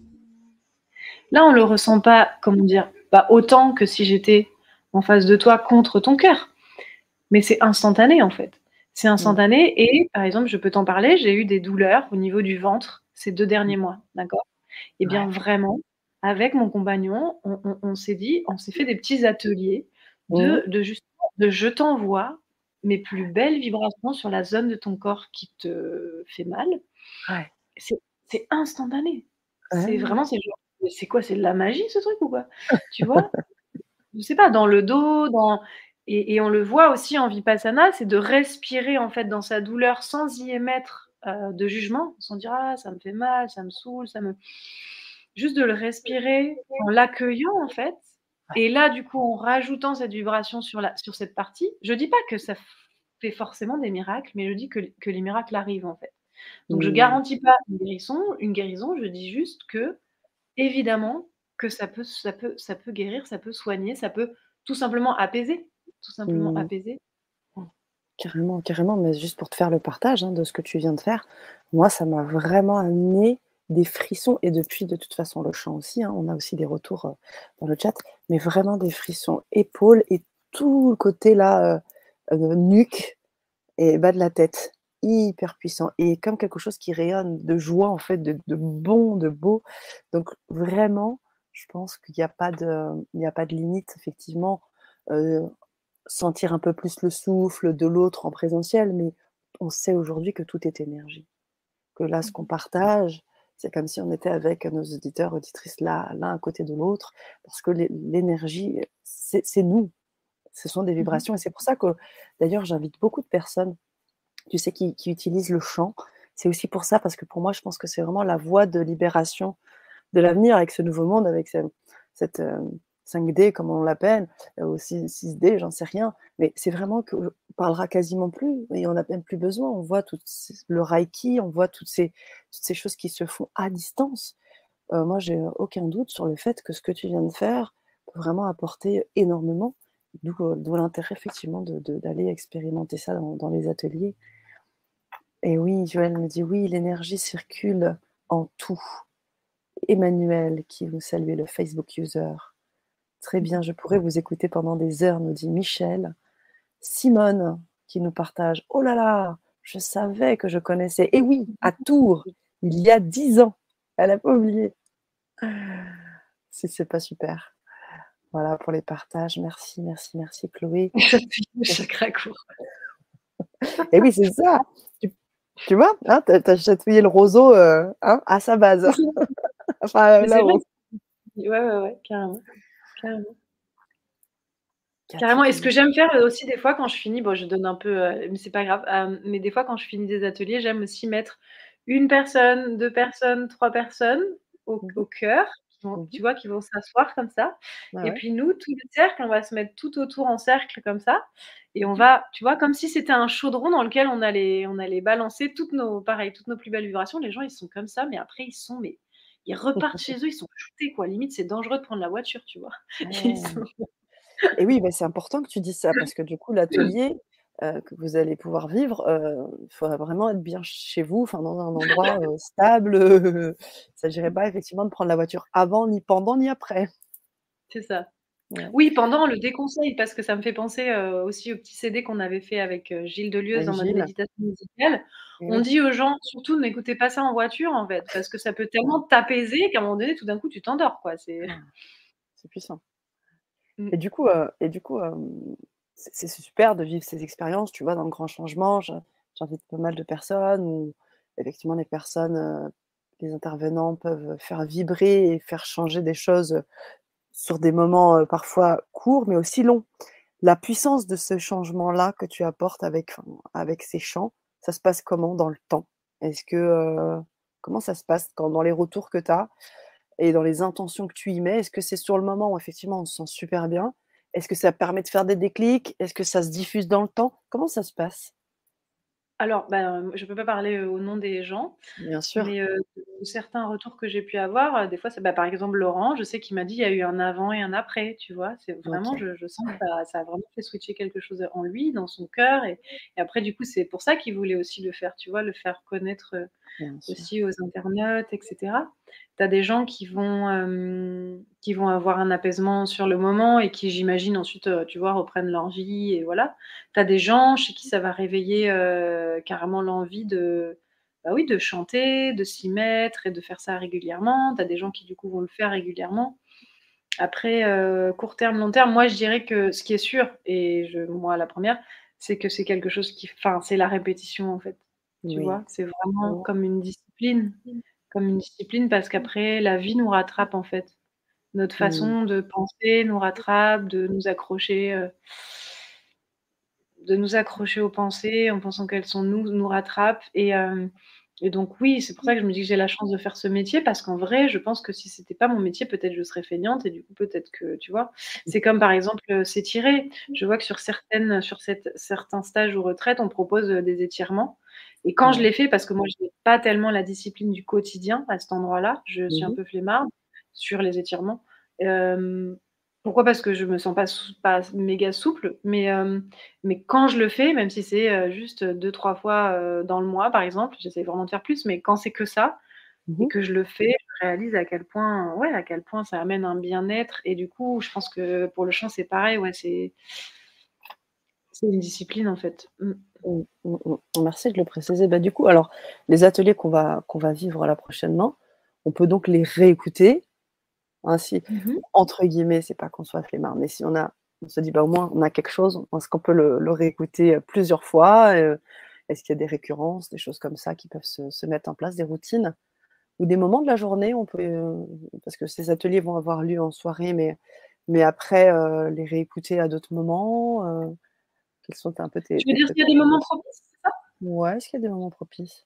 B: Là, on le ressent pas, comment dire? Pas autant que si j'étais en face de toi contre ton cœur, mais c'est instantané, en fait. C'est
A: Mmh.
B: instantané et par exemple, je peux t'en parler, j'ai eu des douleurs au niveau du ventre ces deux
A: Mmh.
B: derniers mois, d'accord? Et bien
A: Ouais.
B: vraiment, avec mon compagnon, on on on s'est dit on s'est fait des petits ateliers
A: Mmh mh.
B: de de justement de je t'envoie mes plus belles vibrations sur la zone de ton corps qui te fait mal.
A: Ouais.
B: C'est c'est instantané. C'est
A: Ah!
B: vraiment, c'est genre, mais c'est quoi? C'est de la magie ce truc ou quoi? Tu vois? Je sais pas, dans le dos, dans et et on le voit aussi en vipassana, c'est de respirer en fait dans sa douleur sans y émettre, heu, de jugement, sans dire: «Ah ça me fait mal, ça me saoule, ça me» juste de le respirer en l'accueillant en fait
A: Ouais.
B: et là du coup en rajoutant cette vibration sur la sur cette partie, je dis pas que ça fait forcément des miracles, mais je dis que l que les miracles arrivent en fait. Donc je
A: Mmh.
B: garantis pas une guérisson une guérison, je dis juste qu'évidemment que ça peut ça peut ça peut guérir, ça peut soigner, ça peut tout simplement apaiser, tout simplement
A: Mmh.
B: apaiser.
A: Mmh. Carrément, carrément, mais juste pour te faire le partage, hein, de ce que tu viens de faire, moi, ça m'a vraiment amené des frissons et depuis, de toute façon, le chant aussi, hein, on a aussi des retours, heu, dans le chat, mais vraiment des frissons épaules et tout le côté là, heu heu, nuque et bas de la tête, hyper puissant et comme quelque chose qui rayonne de joie, en fait, de de bon, de beau. Donc vraiment, je pense qu'il y a pas de il y a pas de limite effectivement, heu, sentir un peu plus le souffle de l'autre en présentiel, mais on sait aujourd'hui que tout est énergie. Que là, ce
B: Mmh
A: qu'on
B: mh.
A: partage, c'est comme si on était avec nos auditeurs, auditrices là, l'un à côté de l'autre, parce que l'é l'énergie, c'est c'est nous, ce sont des
B: Mmh mh.
A: vibrations et c'est pour ça que d'ailleurs j'invite beaucoup de personnes, tu sais, qui qui utilisent le chant. C'est aussi pour ça, parce que pour moi, je pense que c'est vraiment la voie de libération de l'avenir avec ce nouveau monde, avec ce cette, hem, cinq D comme on l'appelle, ou six 6D, j'en sais rien, mais c'est vraiment qu'on parlera quasiment plus et on a même plus besoin. On voit toutes c le reiki, on voit toutes ces toutes ces choses qui se font à distance. Heu, moi, j'ai aucun doute sur le fait que ce que tu viens de faire peut vraiment apporter énormément, d'où, heu, d'où l'intérêt effectivement de de d'aller expérimenter ça dans dans les ateliers. Et oui, Joël me dit: «Oui, l'énergie circule en tout». Emmanuel qui veut saluer le Facebook user. Très
B: Mmh
A: bien,
B: mh.
A: je pourrais vous écouter pendant des heures, nous dit Michel. Simone qui nous partage: «Oh là là, je savais que je connaissais et oui, à Tours, il y a dix ans». Elle a pas oublié. Si c'est pas super. Voilà pour les partages. Merci, merci, merci Chloé.
B: J'appuie le chakra court.
A: Et oui, c'est ça. Tu tu vois? Hein, tu as tu as chatouillé le roseau, heu, hein, à sa base. Enfin,
B: Mais c'est vrai
A: là-haut.
B: que ouais, ouais, ouais, carrément, carrément.
A: Cathy
B: Carrément et
A: qui
B: ce que
A: nous
B: j'aime faire, heu, aussi des fois quand je finis, bon je donne un peu, heu, mais c'est pas grave, hem, mais des fois quand je finis des ateliers, j'aime aussi mettre une personne, deux personnes, trois personnes au
A: mmh mh.
B: au cœur, qui vont
A: Mmh mh.
B: tu vois, qui vont s'asseoir comme ça
A: Ouais,
B: et
A: ouais.
B: puis nous, tout le cercle, on va se mettre tout autour en cercle comme ça et
A: Mmh
B: on
A: mh.
B: va, tu vois, comme si c'était un chaudron dans lequel on allait on allait balancer toutes nos pareil, toutes nos plus belles vibrations. Les gens, ils sont comme ça, mais après ils sont mais ils repartent chez eux, ils sont shootés quoi. Limite, c'est dangereux de prendre la voiture, tu vois? Ils
A: Ouais.
B: sont
A: Et oui, bah, c'est important que tu dises ça parce que du coup l'atelier, heu, que vous allez pouvoir vivre, heu, il faudra vraiment être bien chez vous, enfin dans un endroit, heu, stable, heu, il s'agirait pas effectivement de prendre la voiture avant, ni pendant, ni après.
B: c'est ça.
A: Ouais,
B: Oui, pendant, on le déconseille parce que ça me fait penser, heu, aussi au petit C D qu'on avait fait avec, heu, Gilles Delieuse
A: avec
B: en mode
A: Gilles.
B: méditation musicale.
A: Et
B: On
A: oui.
B: dit aux gens: «Surtout n'écoutez pas ça en voiture, en fait, parce que ça peut tellement t'apaiser qu'à un moment donné, tout d'un coup, tu t'endors, quoi». C'est
A: Ah, c'est puissant.
B: mmh,
A: Et du coup, heu et du coup, hem, c'est c'est super de vivre ces expériences, tu vois, dans le grand changement. Je j'invite pas mal de personnes où effectivement les personnes, heu, les intervenants peuvent faire vibrer et faire changer des choses, sur des moments, heu, parfois courts, mais aussi longs. La puissance de ce changement-là que tu apportes avec enfin, avec ces chants, Ça se passe comment dans le temps? Est-ce que, heu, comment ça se passe quand dans les retours que tu as et dans les intentions que tu y mets? Est-ce que c'est sur le moment où effectivement on se sent super bien? Est-ce que ça permet de faire des déclics? Est-ce que ça se diffuse dans le temps? Comment ça se passe?
B: Alors, ben, je peux pas parler, heu, au nom des gens,
A: Bien sûr.
B: mais heu, de certains retours que j'ai pu avoir, heu, des fois, c'est bah, par exemple Laurent, je sais qu'il m'a dit: «Il y a eu un avant et un après», tu vois? C'est vraiment
A: OK.
B: je je sens que ça ça a vraiment fait switcher quelque chose en lui, dans son cœur et et après du coup, c'est pour ça qu'il voulait aussi le faire, tu vois? Le faire connaître, heu,
A: Bien sûr.
B: aussi aux internautes et cetera. Tu as des gens qui vont, hem, qui vont avoir un apaisement sur le moment et qui, j'imagine, ensuite, heu, tu vois, reprennent leur vie et voilà. Tu as des gens chez qui ça va réveiller, heu, carrément l'envie de, bah, oui, de chanter, de s'y mettre et de faire ça régulièrement. Tu as des gens qui, du coup, vont le faire régulièrement. Après, heu, court terme, long terme, moi, je dirais que ce qui est sûr et je moi la première, c'est que c'est quelque chose qui enfin, c'est la répétition, en fait. Tu
A: Oui.
B: vois? C'est vraiment
A: Mmh.
B: comme une discipline comme une discipline parce qu'après la vie nous rattrape, en fait. Notre
A: Mmh.
B: façon de penser nous rattrape, de nous accrocher, heu de nous accrocher aux pensées en pensant qu'elles sont nous, nous rattrape et hem et donc oui, c'est pour ça que je me dis que j'ai la chance de faire ce métier parce qu'en vrai, je pense que si c'était pas mon métier, peut-être je serais feignante et du coup, peut-être que tu vois? C'est comme par exemple, heu, s'étirer. Je vois que sur certaines sur cette certains stages ou retraites, on propose, heu, des étirements et quand je
A: Ouais.
B: les fais, parce que moi je n'ai pas tellement la discipline du quotidien à cet endroit-là, je suis
A: Mmh
B: un
A: mh.
B: peu flemmarde sur les étirements. Hem, pourquoi? Parce que je me sens pas sou pas méga souple, mais hem, mais quand je le fais, même si c'est, heu, juste deux trois fois, heu, dans le mois, par exemple, j'essaie vraiment de faire plus, mais quand c'est que ça
A: Mmh
B: et
A: mh.
B: que je le fais, je réalise à quel point, ouais, à quel point ça amène un bien-être et du coup, je pense que pour le chant, c'est pareil, ouais, c'est c'est une discipline, en fait. Mmh.
A: Mmh, mmh mh. Merci de le préciser. Bah, du coup, alors, les ateliers qu'on va qu'on va vivre là prochainement, on peut donc les réécouter, hein, si
B: Mmh mh.
A: entre guillemets, c'est pas qu'on soit flemmard, mais si on a on se dit: «Bah, au moins on a quelque chose», est-ce qu'on peut le le réécouter, heu, plusieurs fois? Heu, est-ce qu'il y a des récurrences, des choses comme ça qui peuvent se se mettre en place, des routines? Ou des moments de la journée, on peut, heu, parce que ces ateliers vont avoir lieu en soirée, mais mais après, heu, les réécouter à d'autres moments, heu, quels sont un peu tes
B: Tu veux
A: tes
B: dire s'il y a des
A: préférés?
B: moments propices, c'est ça?
A: Ouais, est-ce qu'il y a des moments propices?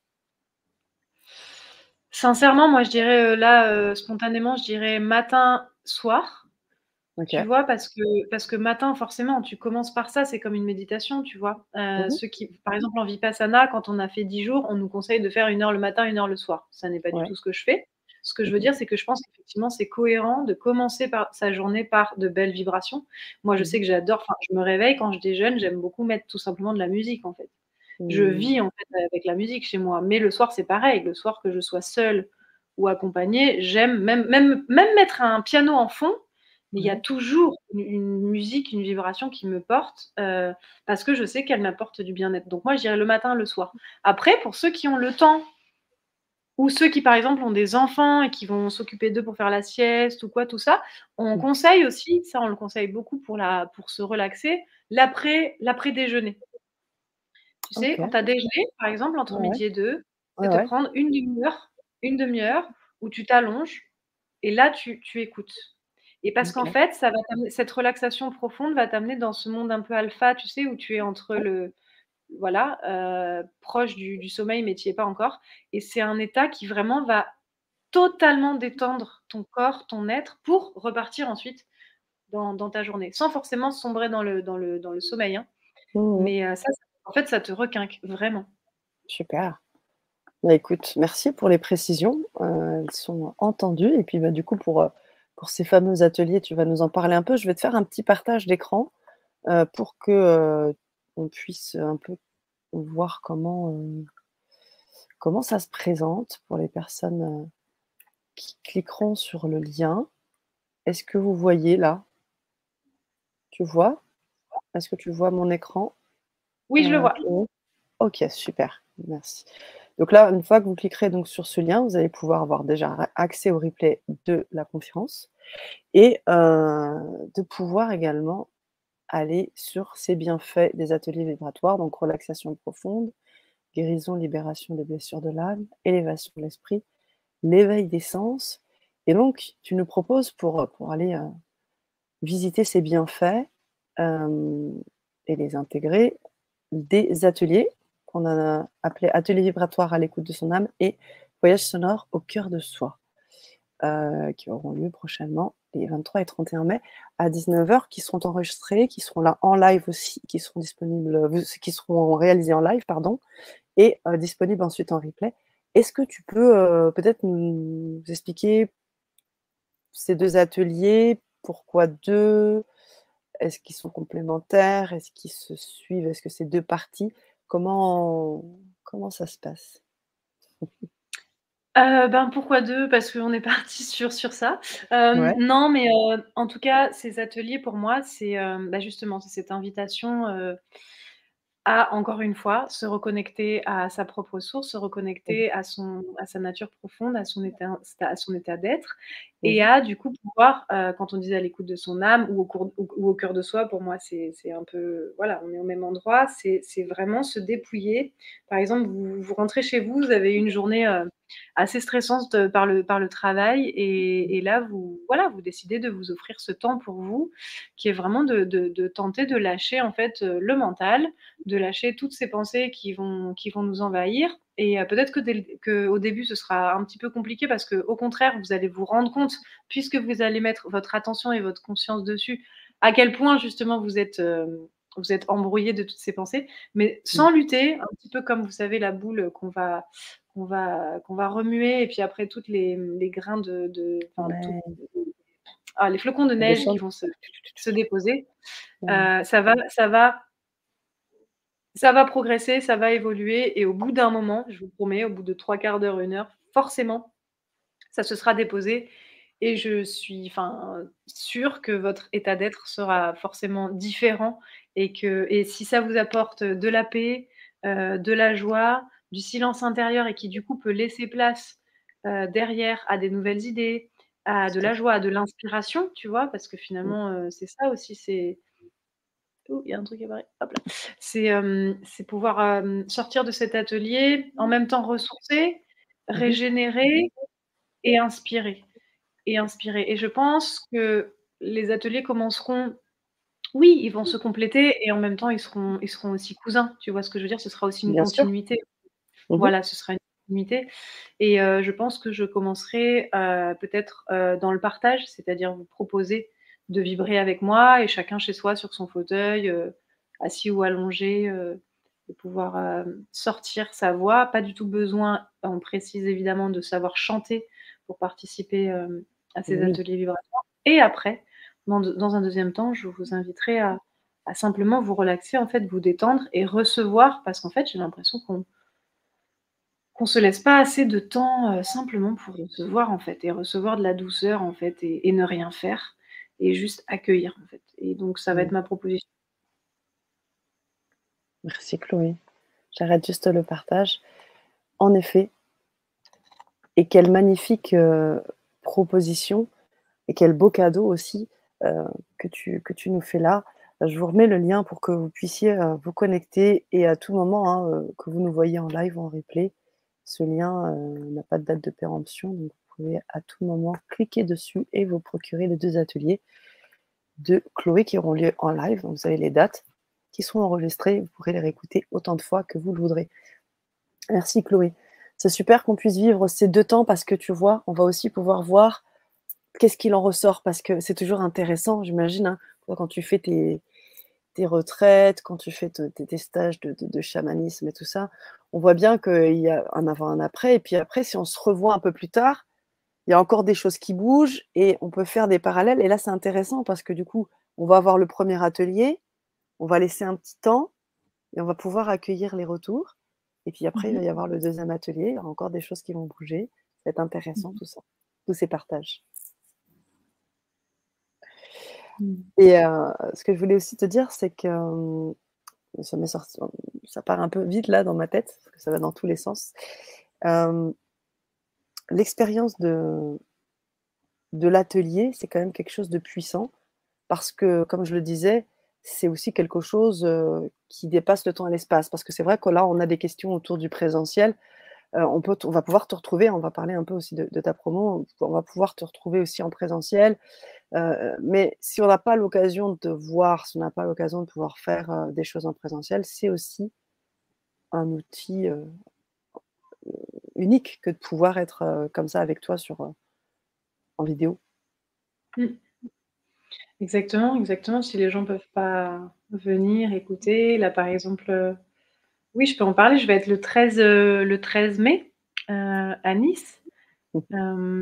B: Sincèrement, moi, je dirais, heu, là, heu, spontanément, je dirais matin, soir. Tu
A: OK.
B: vois? Parce que parce que matin, forcément, tu commences par ça, c'est comme une méditation, tu vois?
A: Mmh
B: Heu,
A: mh.
B: ceux qui par exemple, en Vipassana, quand on a fait dix jours, on nous conseille de faire une heure le matin, une heure le soir. Ça n'est pas du
A: Ouais.
B: tout ce que je fais. Ce que je
A: Mmh
B: veux
A: mh.
B: dire, c'est que je pense qu'effectivement, c'est cohérent de commencer par sa journée par de belles vibrations. Moi, je
A: Mmh
B: sais
A: mh.
B: que j'adore enfin, je me réveille, quand je déjeune, j'aime beaucoup mettre tout simplement de la musique, en fait. Je
A: Mmh.
B: vis, en fait, avec la musique chez moi, mais le soir, c'est pareil. Le soir, que je sois seule ou accompagnée, j'aime même même même mettre un piano en fond, mais il y a
A: Ouais.
B: toujours une une musique, une vibration qui me porte, heu, parce que je sais qu'elle m'apporte du bien-être. Donc moi, je dirais le matin, le soir. Après, pour ceux qui ont le temps ou ceux qui, par exemple, ont des enfants et qui vont s'occuper d'eux pour faire la sieste ou quoi, tout ça, on
A: Mmh.
B: conseille aussi, ça on le conseille beaucoup pour la pour se relaxer, l'après l'après déjeuner. Tu sais, quand
A: OK.
B: tu as déjeuné, par exemple, entre
A: Ouais, ouais.
B: midi et deux,
A: Ouais,
B: c'est te
A: ouais.
B: prendre une demi heure une demi heure où tu t'allonges et là, tu tu écoutes et parce qu'en
A: OK.
B: fait, ça va t'amener cette relaxation profonde va t'amener dans ce monde un peu alpha, tu sais, où tu es entre
A: Ouais.
B: le voilà, heu, proche du du sommeil, mais tu y es pas encore et c'est un état qui vraiment va totalement détendre ton corps, ton être pour repartir ensuite dans dans ta journée. Sans forcément sombrer dans le dans le dans le sommeil, hein,
A: Mmh mh.
B: mais heu, ça, ça en fait, ça te requinque, vraiment.
A: Super. Bah, écoute, merci pour les précisions, heu, elles sont entendues et puis, bah, du coup, pour, heu, pour ces fameux ateliers, tu vas nous en parler un peu. Je vais te faire un petit partage d'écran, heu, pour que, heu, on puisse un peu voir comment, heu, comment ça se présente pour les personnes, heu, qui cliqueront sur le lien. Est-ce que vous voyez là? Tu vois? Est-ce que tu vois mon écran?
B: Oui, je le
A: Heu,
B: vois.
A: oui? OK, super, merci. Donc là, une fois que vous cliquerez donc sur ce lien, vous allez pouvoir avoir déjà ra accès au replay de la conférence et heu, de pouvoir également aller sur ces bienfaits des ateliers vibratoires, donc relaxation profonde, guérison, libération des blessures de l'âme, élévation de l'esprit, l'éveil des sens et donc tu nous proposes pour, heu, pour aller, heu, visiter ces bienfaits, hem et les intégrer, des ateliers qu'on a appelé atelier vibratoire à l'écoute de son âme et voyage sonore au cœur de soi, euh, qui auront lieu prochainement les vingt-trois et trente et un mai à dix-neuf heures, qui seront enregistrés, qui seront là en live aussi, qui seront disponibles, qui seront réalisés en live, pardon, et euh, disponibles ensuite en replay. Est-ce que tu peux euh, peut-être nous expliquer ces deux ateliers? Pourquoi deux? Est-ce qu'ils sont complémentaires? Est-ce qu'ils se suivent? Est-ce que c'est deux parties? Comment, comment ça se passe?
B: Heu, ben, pourquoi deux? Parce qu'on est parti sur sur ça. Hem,
A: Ouais.
B: non, mais heu, en tout cas, ces ateliers pour moi, c'est, hem, bah, justement, c'est cette invitation, heu, à encore une fois, se reconnecter à sa propre source, se
A: Mmh
B: reconnecter à son à sa nature profonde, à son état à son état d'être et
A: mh.
B: à du coup pouvoir, heu, quand on disait à l'écoute de son âme ou au cours ou ou au cœur de soi, pour moi, c'est c'est un peu voilà, on est au même endroit, c'est c'est vraiment se dépouiller. Par exemple, vous vous rentrez chez vous, vous avez eu une journée, heu, assez stressante, heu, par le par le travail et et là, vous voilà, vous décidez de vous offrir ce temps pour vous, qui est vraiment de de de tenter de lâcher, en fait, heu, le mental, de lâcher toutes ces pensées qui vont qui vont nous envahir et heu, peut-être que dès le qu'au début, ce sera un petit peu compliqué parce qu'au contraire, vous allez vous rendre compte, puisque vous allez mettre votre attention et votre conscience dessus, à quel point justement vous êtes, hem, vous êtes embrouillé de toutes ces pensées, mais
A: Mmh.
B: sans lutter, un petit peu comme vous savez la boule qu'on va qu'on va qu'on va remuer et puis après toutes les, mmh, les grains de de enfin toutes
A: Ouais,
B: ah les flocons de
A: ça
B: neige qui
A: descend.
B: vont se se déposer,
A: Ouais.
B: heu, ça va ça va ça va progresser, ça va évoluer et au bout d'un moment, je vous promets, au bout de trois quarts d'heure, une heure, forcément, ça se sera déposé et je suis enfin, sûre que votre état d'être sera forcément différent et que et si ça vous apporte de la paix, heu, de la joie, du silence intérieur et qui du coup peut laisser place, heu, derrière à des nouvelles idées, à de
A: Tout à
B: la
A: fait.
B: joie, à de l'inspiration, tu vois? Parce que
A: Mmh.
B: finalement, heu, c'est ça aussi, c'est ouh, il y a un truc qui apparaît, hop là. C'est, hem, c'est pouvoir, hem, sortir de cet atelier, en même temps ressourcer,
A: Mmh mh.
B: régénérer et inspirer et inspirer et je pense que les ateliers commenceront oui, ils vont se compléter et en même temps, ils seront ils seront aussi cousins. Tu vois ce que je veux dire? Ce sera aussi une
A: Bien sûr.
B: continuité.
A: Mmh mh.
B: Voilà, ce sera une continuité et heu, je pense que je commencerai, heu, peut-être, heu, dans le partage, c'est-à-dire vous proposer de vibrer avec moi et chacun chez soi sur son fauteuil, heu, assis ou allongé, heu, de pouvoir, hem, sortir sa voix. Pas du tout besoin, on précise évidemment, de savoir chanter pour participer, hem, à ces
A: Oui.
B: ateliers vibratoires et après, dans de dans un deuxième temps, je vous inviterai à à simplement vous relaxer, en fait, vous détendre et recevoir parce qu'en fait, j'ai l'impression qu'on qu'on se laisse pas assez de temps, heu, simplement pour recevoir, en fait et recevoir de la douceur, en fait et et ne rien faire et juste accueillir, en fait et donc ça va
A: Mmh.
B: être ma proposition.
A: Merci Chloé. J'arrête juste le partage. En effet, et quelle magnifique, heu, proposition et quel beau cadeau aussi, heu, que tu que tu nous fais là. Je vous remets le lien pour que vous puissiez, heu, vous connecter et à tout moment, hein, heu, que vous nous voyez en live ou en replay, ce lien, heu, n'a pas de date de péremption, donc vous pouvez à tout moment cliquer dessus et vous procurer les deux ateliers de Chloé qui auront lieu en live. Donc vous avez les dates qui sont enregistrées, vous pourrez les réécouter autant de fois que vous le voudrez. Merci Chloé. C'est super qu'on puisse vivre ces deux temps parce que tu vois, on va aussi pouvoir voir qu'est-ce qu'il en ressort parce que c'est toujours intéressant, j'imagine, hein, toi, quand tu fais tes tes retraites, quand tu fais te tes tes stages de de de chamanisme et tout ça, on voit bien qu'il y a un avant, un après et puis après, si on se revoit un peu plus tard, il y a encore des choses qui bougent et on peut faire des parallèles et là, c'est intéressant parce que du coup, on va avoir le premier atelier, on va laisser un petit temps et on va pouvoir accueillir les retours et puis après, il va
B: Mmh
A: y avoir le deuxième atelier, il y aura encore des choses qui vont bouger. Ça va être intéressant
B: mh.
A: tout ça, tous ces partages.
B: Mmh.
A: Et heu, ce que je voulais aussi te dire, c'est que, hem, ça m'est sorti ça part un peu vite là dans ma tête, parce que ça va dans tous les sens. Hem, l'expérience de de l'atelier, c'est quand même quelque chose de puissant parce que, comme je le disais, c'est aussi quelque chose, heu, qui dépasse le temps et l'espace. Parce que c'est vrai que là, on a des questions autour du présentiel. Heu, on peut t on va pouvoir te retrouver, on va parler un peu aussi de de ta promo, on va pouvoir te retrouver aussi en présentiel. Heu, mais si on n'a pas l'occasion de te voir, si on n'a pas l'occasion de pouvoir faire, heu, des choses en présentiel, c'est aussi un outil, heu, unique que de pouvoir être, heu, comme ça avec toi sur, heu en vidéo.
B: Mmh. Exactement, exactement. Si les gens peuvent pas venir écouter, là, par exemple, heu, oui, je peux en parler. Je vais être le treize, heu, le treize mai, heu, à Nice.
A: Mmh mh.
B: Hem,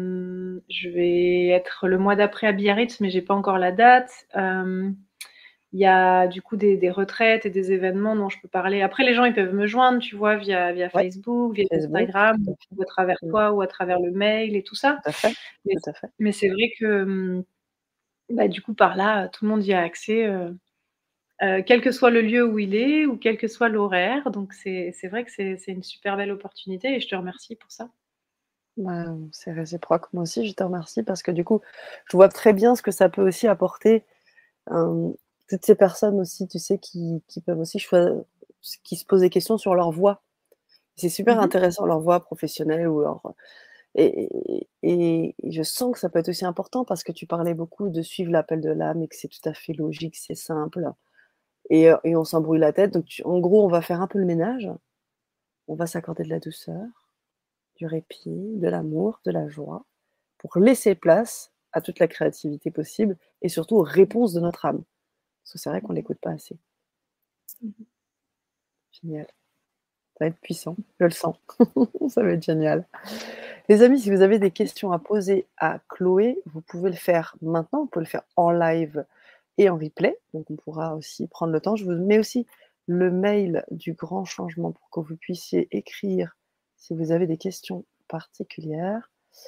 B: je vais être le mois d'après à Biarritz, mais j'ai pas encore la date. Hem, il y a du coup des des retraites et des événements dont je peux parler. Après les gens, ils peuvent me joindre, tu vois, via via
A: Ouais,
B: Facebook, via
A: Facebook,
B: Instagram
A: tout à fait.
B: ou à travers
A: Mmh.
B: toi ou à travers le mail et tout ça.
A: Tout à fait,
B: Mais
A: tout à fait.
B: mais c'est vrai que, mmh, bah, du coup, par là, tout le monde y a accès, heu heu, quel que soit le lieu où il est ou quel que soit l'horaire. Donc c'est c'est vrai que c'est c'est une super belle opportunité et je te remercie pour ça.
A: Bah, c'est réciproque. Moi aussi, je te remercie parce que du coup, je vois très bien ce que ça peut aussi apporter, hem, toutes ces personnes aussi, tu sais, qui qui peuvent aussi choi qui se posent des questions sur leur voix. C'est super
B: Mmh mh.
A: intéressant, leur voix professionnelle ou leur et et et et je sens que ça peut être aussi important parce que tu parlais beaucoup de suivre l'appel de l'âme et que c'est tout à fait logique, c'est simple et heu et on s'embrouille la tête. Donc tu en gros, on va faire un peu le ménage, on va s'accorder de la douceur, du répit, de l'amour, de la joie, pour laisser place à toute la créativité possible et surtout aux réponses de notre âme. Parce que c'est vrai qu'on l'écoute pas assez.
B: Mmh mh.
A: Génial, ça va être puissant, je le sens. Ça va être génial. Les amis, si vous avez des questions à poser à Chloé, vous pouvez le faire maintenant, vous pouvez le faire en live et en replay, donc on pourra aussi prendre le temps. Je vous mets aussi le mail du grand changement pour que vous puissiez écrire si vous avez des questions particulières.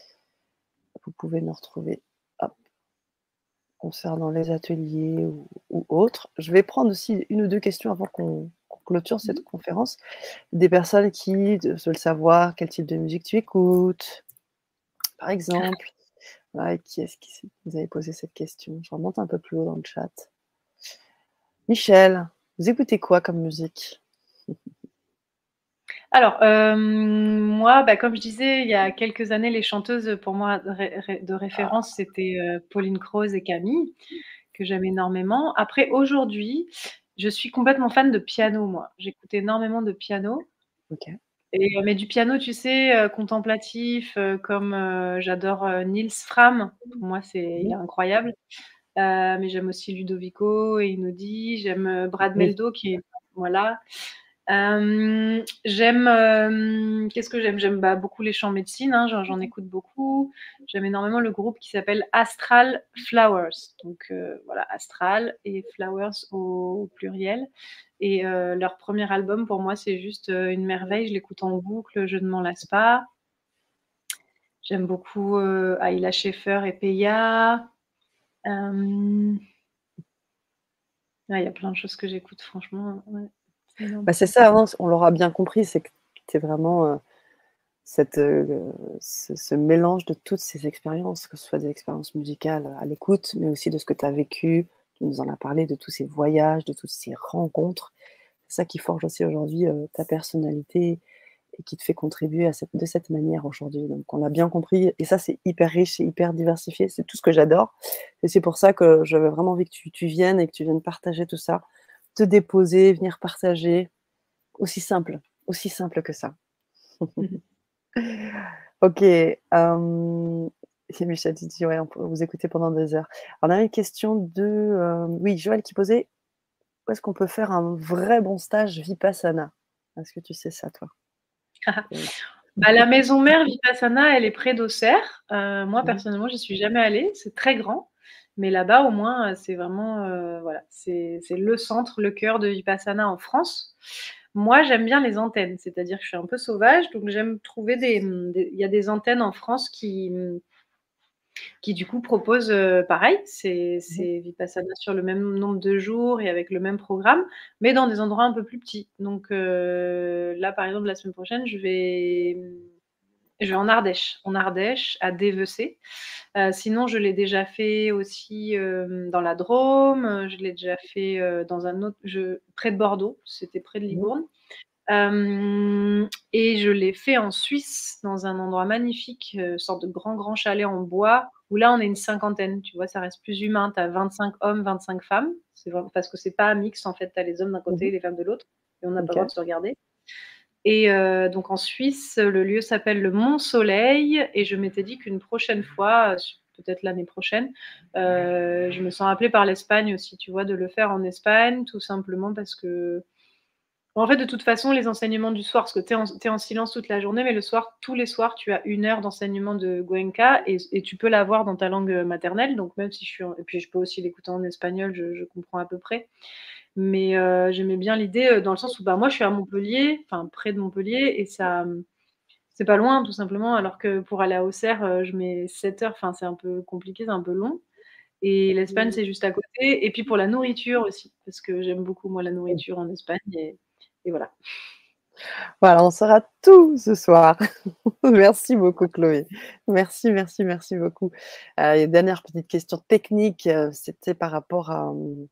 A: Vous pouvez me retrouver, hop, concernant les ateliers ou ou autres. Je vais prendre aussi une ou deux questions avant qu'on qu'on clôture
B: Mmh
A: cette
B: mh.
A: conférence. Des personnes qui de veulent savoir quel type de musique tu écoutes, par exemple. Ouais, qui est-ce qui c'est qui nous avait posé cette question? Je remonte un peu plus haut dans le chat. Michel, vous écoutez quoi comme musique?
B: Alors, hem, moi, bah, comme je disais, il y a quelques années, les chanteuses, pour moi, de ré ré de
A: Ah,
B: référence, c'était, heu, Pauline Croze et Camille, que j'aime énormément. Après, aujourd'hui, je suis complètement fan de piano, moi. J'écoute énormément de piano
A: OK.
B: et mais du piano, tu sais, heu, contemplatif, heu, comme, heu, j'adore, heu, Nils Frahm. Pour moi, c'est
A: Mmh
B: il est
A: mh.
B: incroyable. Heu, mais j'aime aussi Ludovico Einaudi, j'aime, heu, Brad
A: Oui.
B: Mehldau qui est voilà. Hem, j'aime, hem, qu'est-ce que j'aime? J'aime, bah, beaucoup les chants médecine, hein, j'en j'en écoute beaucoup. J'aime énormément le groupe qui s'appelle Astral Flowers, donc heu, voilà, Astral et Flowers au pluriel et heu, leur premier album pour moi, c'est juste, heu, une merveille. Je l'écoute en boucle, je ne m'en lasse pas. J'aime beaucoup, heu, Ayla Schaeffer et Peya. Hem, ouais, il y a plein de choses que j'écoute franchement, ouais, c'est énorme.
A: Bah, c'est ça, hein, on l'aura bien compris, c'est que tu es vraiment, heu, cette, heu, ce ce mélange de toutes ces expériences, que ce soit des expériences musicales à l'écoute, mais aussi de ce que tu as vécu. Tu nous en as parlé de tous ces voyages, de toutes ces rencontres. C'est ça qui forge aussi aujourd'hui, heu, ta personnalité et qui te fait contribuer à cette de cette manière aujourd'hui. Donc on l'a bien compris et ça, c'est hyper riche, c'est hyper diversifié, c'est tout ce que j'adore et c'est pour ça que j'avais vraiment envie que tu tu viennes et que tu viennes partager tout ça, te déposer, venir partager. Aussi simple, aussi simple que ça.
B: Mmh mh.
A: OK, hem, et Michel qui dit: «Ouais, on pourrait vous écouter pendant des heures». Alors on a une question de, heu, oui, Joël qui posait: «Où est-ce qu'on peut faire un vrai bon stage Vipassana?» Est-ce que tu sais ça toi? Heu,
B: Bah, la maison mère Vipassana, elle est près d'Auxerre. Heu, moi
A: mmh,
B: personnellement, j'y suis jamais allée, c'est très grand, mais là-bas au moins, heu, c'est vraiment, heu, voilà, c'est c'est le centre, le cœur de Vipassana en France. Moi, j'aime bien les antennes, c'est-à-dire que je suis un peu sauvage, donc j'aime trouver des, mmh, des il y a des antennes en France qui, mmh, qui du coup proposent, heu, pareil, c'est
A: mmh,
B: c'est Vipassana sur le même nombre de jours et avec le même programme, mais dans des endroits un peu plus petits. Donc heu, là, par exemple, la semaine prochaine, je vais, mmh, je vais en Ardèche, en Ardèche, à Dévecé. Heu, sinon, je l'ai déjà fait aussi, hem, dans la Drôme, heu, je l'ai déjà fait, heu, dans un autre je près de Bordeaux, c'était près de
A: mmh,
B: Libourne. Hem et je l'ai fait en Suisse, dans un endroit magnifique, heu, sorte de grand, grand chalet en bois, où là, on est une cinquantaine, tu vois? Ça reste plus humain. Tu as vingt-cinq hommes, vingt-cinq femmes. C'est vraiment parce que c'est pas mixte, en fait, tu as les hommes d'un côté
A: mmh,
B: et les femmes de l'autre et on n'a pas le droit
A: OK,
B: de se regarder. Et euh, donc en Suisse, le lieu s'appelle le Mont Soleil, et je m'étais dit qu'une prochaine fois, peut-être l'année prochaine, euh, je me sens appelée par l'Espagne aussi, tu vois, de le faire en Espagne, tout simplement parce que, en fait, de toute façon, les enseignements du soir, parce que tu es en, t'es en silence toute la journée, mais le soir, tous les soirs, tu as une heure d'enseignement de Cuenca, et, et tu peux l'avoir dans ta langue maternelle, donc même si je suis en, et puis je peux aussi l'écouter en espagnol, je, je comprends à peu près. Mais euh, j'aimais bien l'idée euh, dans le sens où bah, moi je suis à Montpellier, enfin près de Montpellier, et ça, c'est pas loin tout simplement, alors que pour aller à Auxerre, euh, je mets sept heures, enfin c'est un peu compliqué, c'est un peu long. Et l'Espagne c'est juste à côté. Et puis pour la nourriture aussi, parce que j'aime beaucoup moi la nourriture en Espagne, et, et voilà.
A: Voilà, on saura tout ce soir. Merci beaucoup, Chloé. Merci, merci, merci beaucoup. Euh, et dernière petite question technique, euh, c'était par rapport à, euh,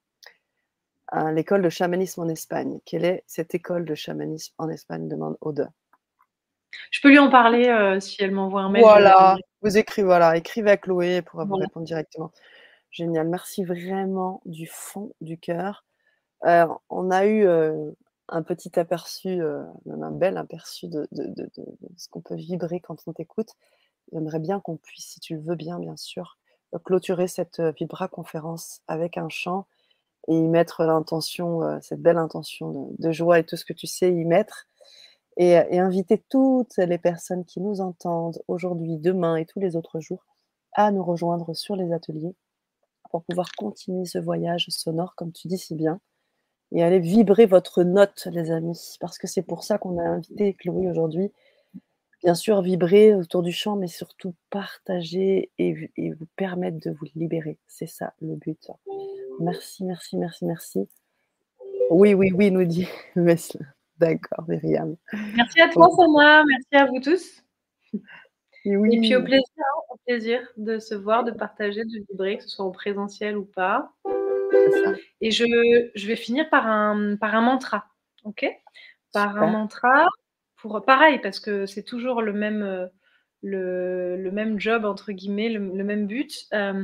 A: à l'école de chamanisme en Espagne. Quelle est cette école de chamanisme en Espagne, demande Aude.
B: Je peux lui en parler euh, si elle m'envoie un mail, je lui
A: Voilà,
B: répondrai.
A: vous écrivez, voilà, écrivez à Chloé, elle pourra vous
B: Voilà.
A: répondre directement. Génial, merci vraiment du fond du cœur. Euh, on a eu euh, un petit aperçu, euh, même un bel aperçu de, de, de, de, de ce qu'on peut vibrer quand on t'écoute. J'aimerais bien qu'on puisse, si tu le veux bien, bien sûr, clôturer cette euh, Vibra conférence avec un chant et y mettre l'intention, euh, cette belle intention de, de joie et tout ce que tu sais y mettre. Et, et inviter toutes les personnes qui nous entendent aujourd'hui, demain et tous les autres jours à nous rejoindre sur les ateliers pour pouvoir continuer ce voyage sonore, comme tu dis si bien, et aller vibrer votre note, les amis, parce que c'est pour ça qu'on a invité Chloé aujourd'hui. Bien sûr, vibrer autour du chant, mais surtout partager et, et vous permettre de vous libérer. C'est ça le but. Merci, merci, merci, merci. Oui, oui, oui, nous dit Mesle. D'accord, Myriam.
B: Merci à toi, Sana. Merci à vous tous.
A: Et oui.
B: Et puis au plaisir, hein, au plaisir de se voir, de partager, de vibrer, que ce soit en présentiel ou pas.
A: C'est ça.
B: Et je, je vais finir par un, par un mantra, ok? Par un
A: Super.
B: mantra, pour pareil, parce que c'est toujours le même, euh, le, le même job, entre guillemets, le, le même but. Euh,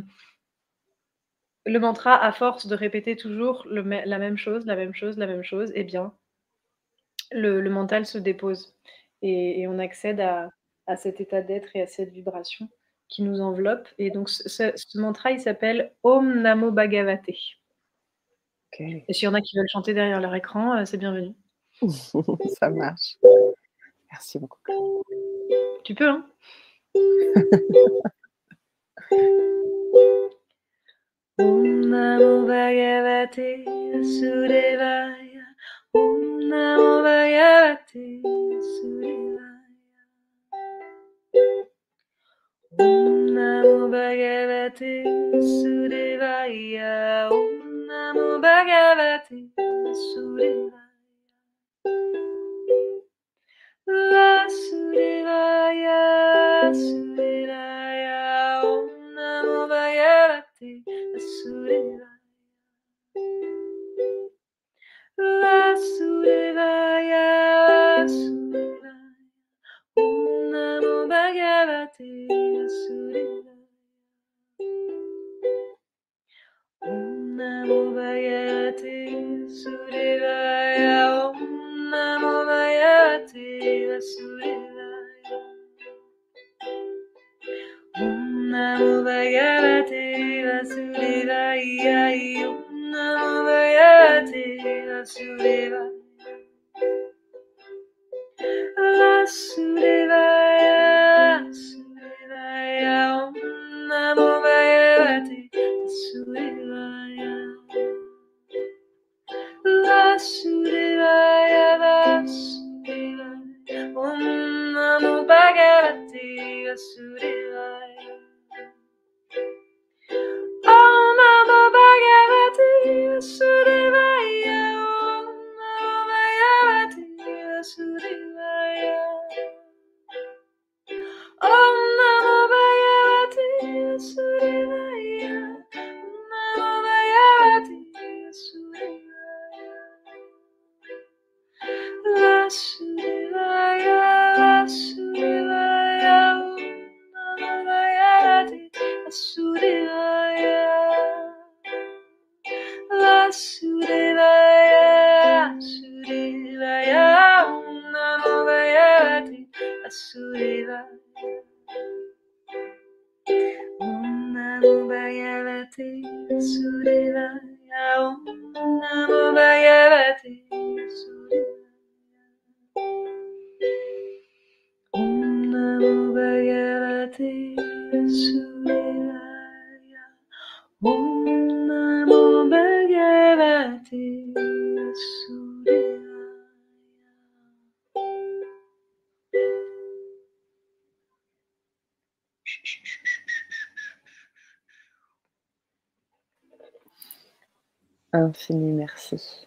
B: le mantra, à force de répéter toujours le, la même chose, la même chose, la même chose, eh bien, le, le mental se dépose. Et, et on accède à, à cet état d'être et à cette vibration qui nous enveloppe. Et donc, ce, ce mantra, il s'appelle Om Namo Bhagavate.
A: Okay.
B: Et s'il y en a qui veulent chanter derrière leur écran, c'est bienvenu.
A: Ça marche. Merci beaucoup.
B: Tu peux, hein? Om Namo Bhagavate Vasudevaya. Om Namo Bhagavate Vasudevaya. Om Namo Bhagavate Vasudevaya. Om Namo Bhagavate Vasudevaya. Vasudevaya, Vasudevaya. Om Namo Bhagavate Vasudevaya. Vasudevaya, Vasudevaya. Om Namo Bhagavate Vasudevaya. Om Namo Bhagavate Vasudevaya. Om Namo Bhagavate Vasudevaya. Om Namo Bhagavate Vasudevaya. Om Namo Bhagavate Vasudevaya. Vasudevaya, Vasudevaya. Om Namo Bhagavate Vasudevaya. Vasudevaya, Vasudevaya. Om Namo Bhagavate Vasudevaya. Om Namo Bhagavate Vasudevaya. Om Namo Bhagavate Vasudevaya. Om Namo Bhagavate Vasudevaya. Om Namo Bhagavate Vasudevaya. Vasudevaya, Vasudevaya. Om Namo Bhagavate Vasudevaya. Vasudevaya, Vasudevaya. Om Vasudevaya. Om Namo Bhagavate Vasudevaya. Om Namo Bhagavate Vasudevaya. Om Namo Bhagavate Vasudevaya. Om Namo Bhagavate Vasudevaya.
A: Infini merci.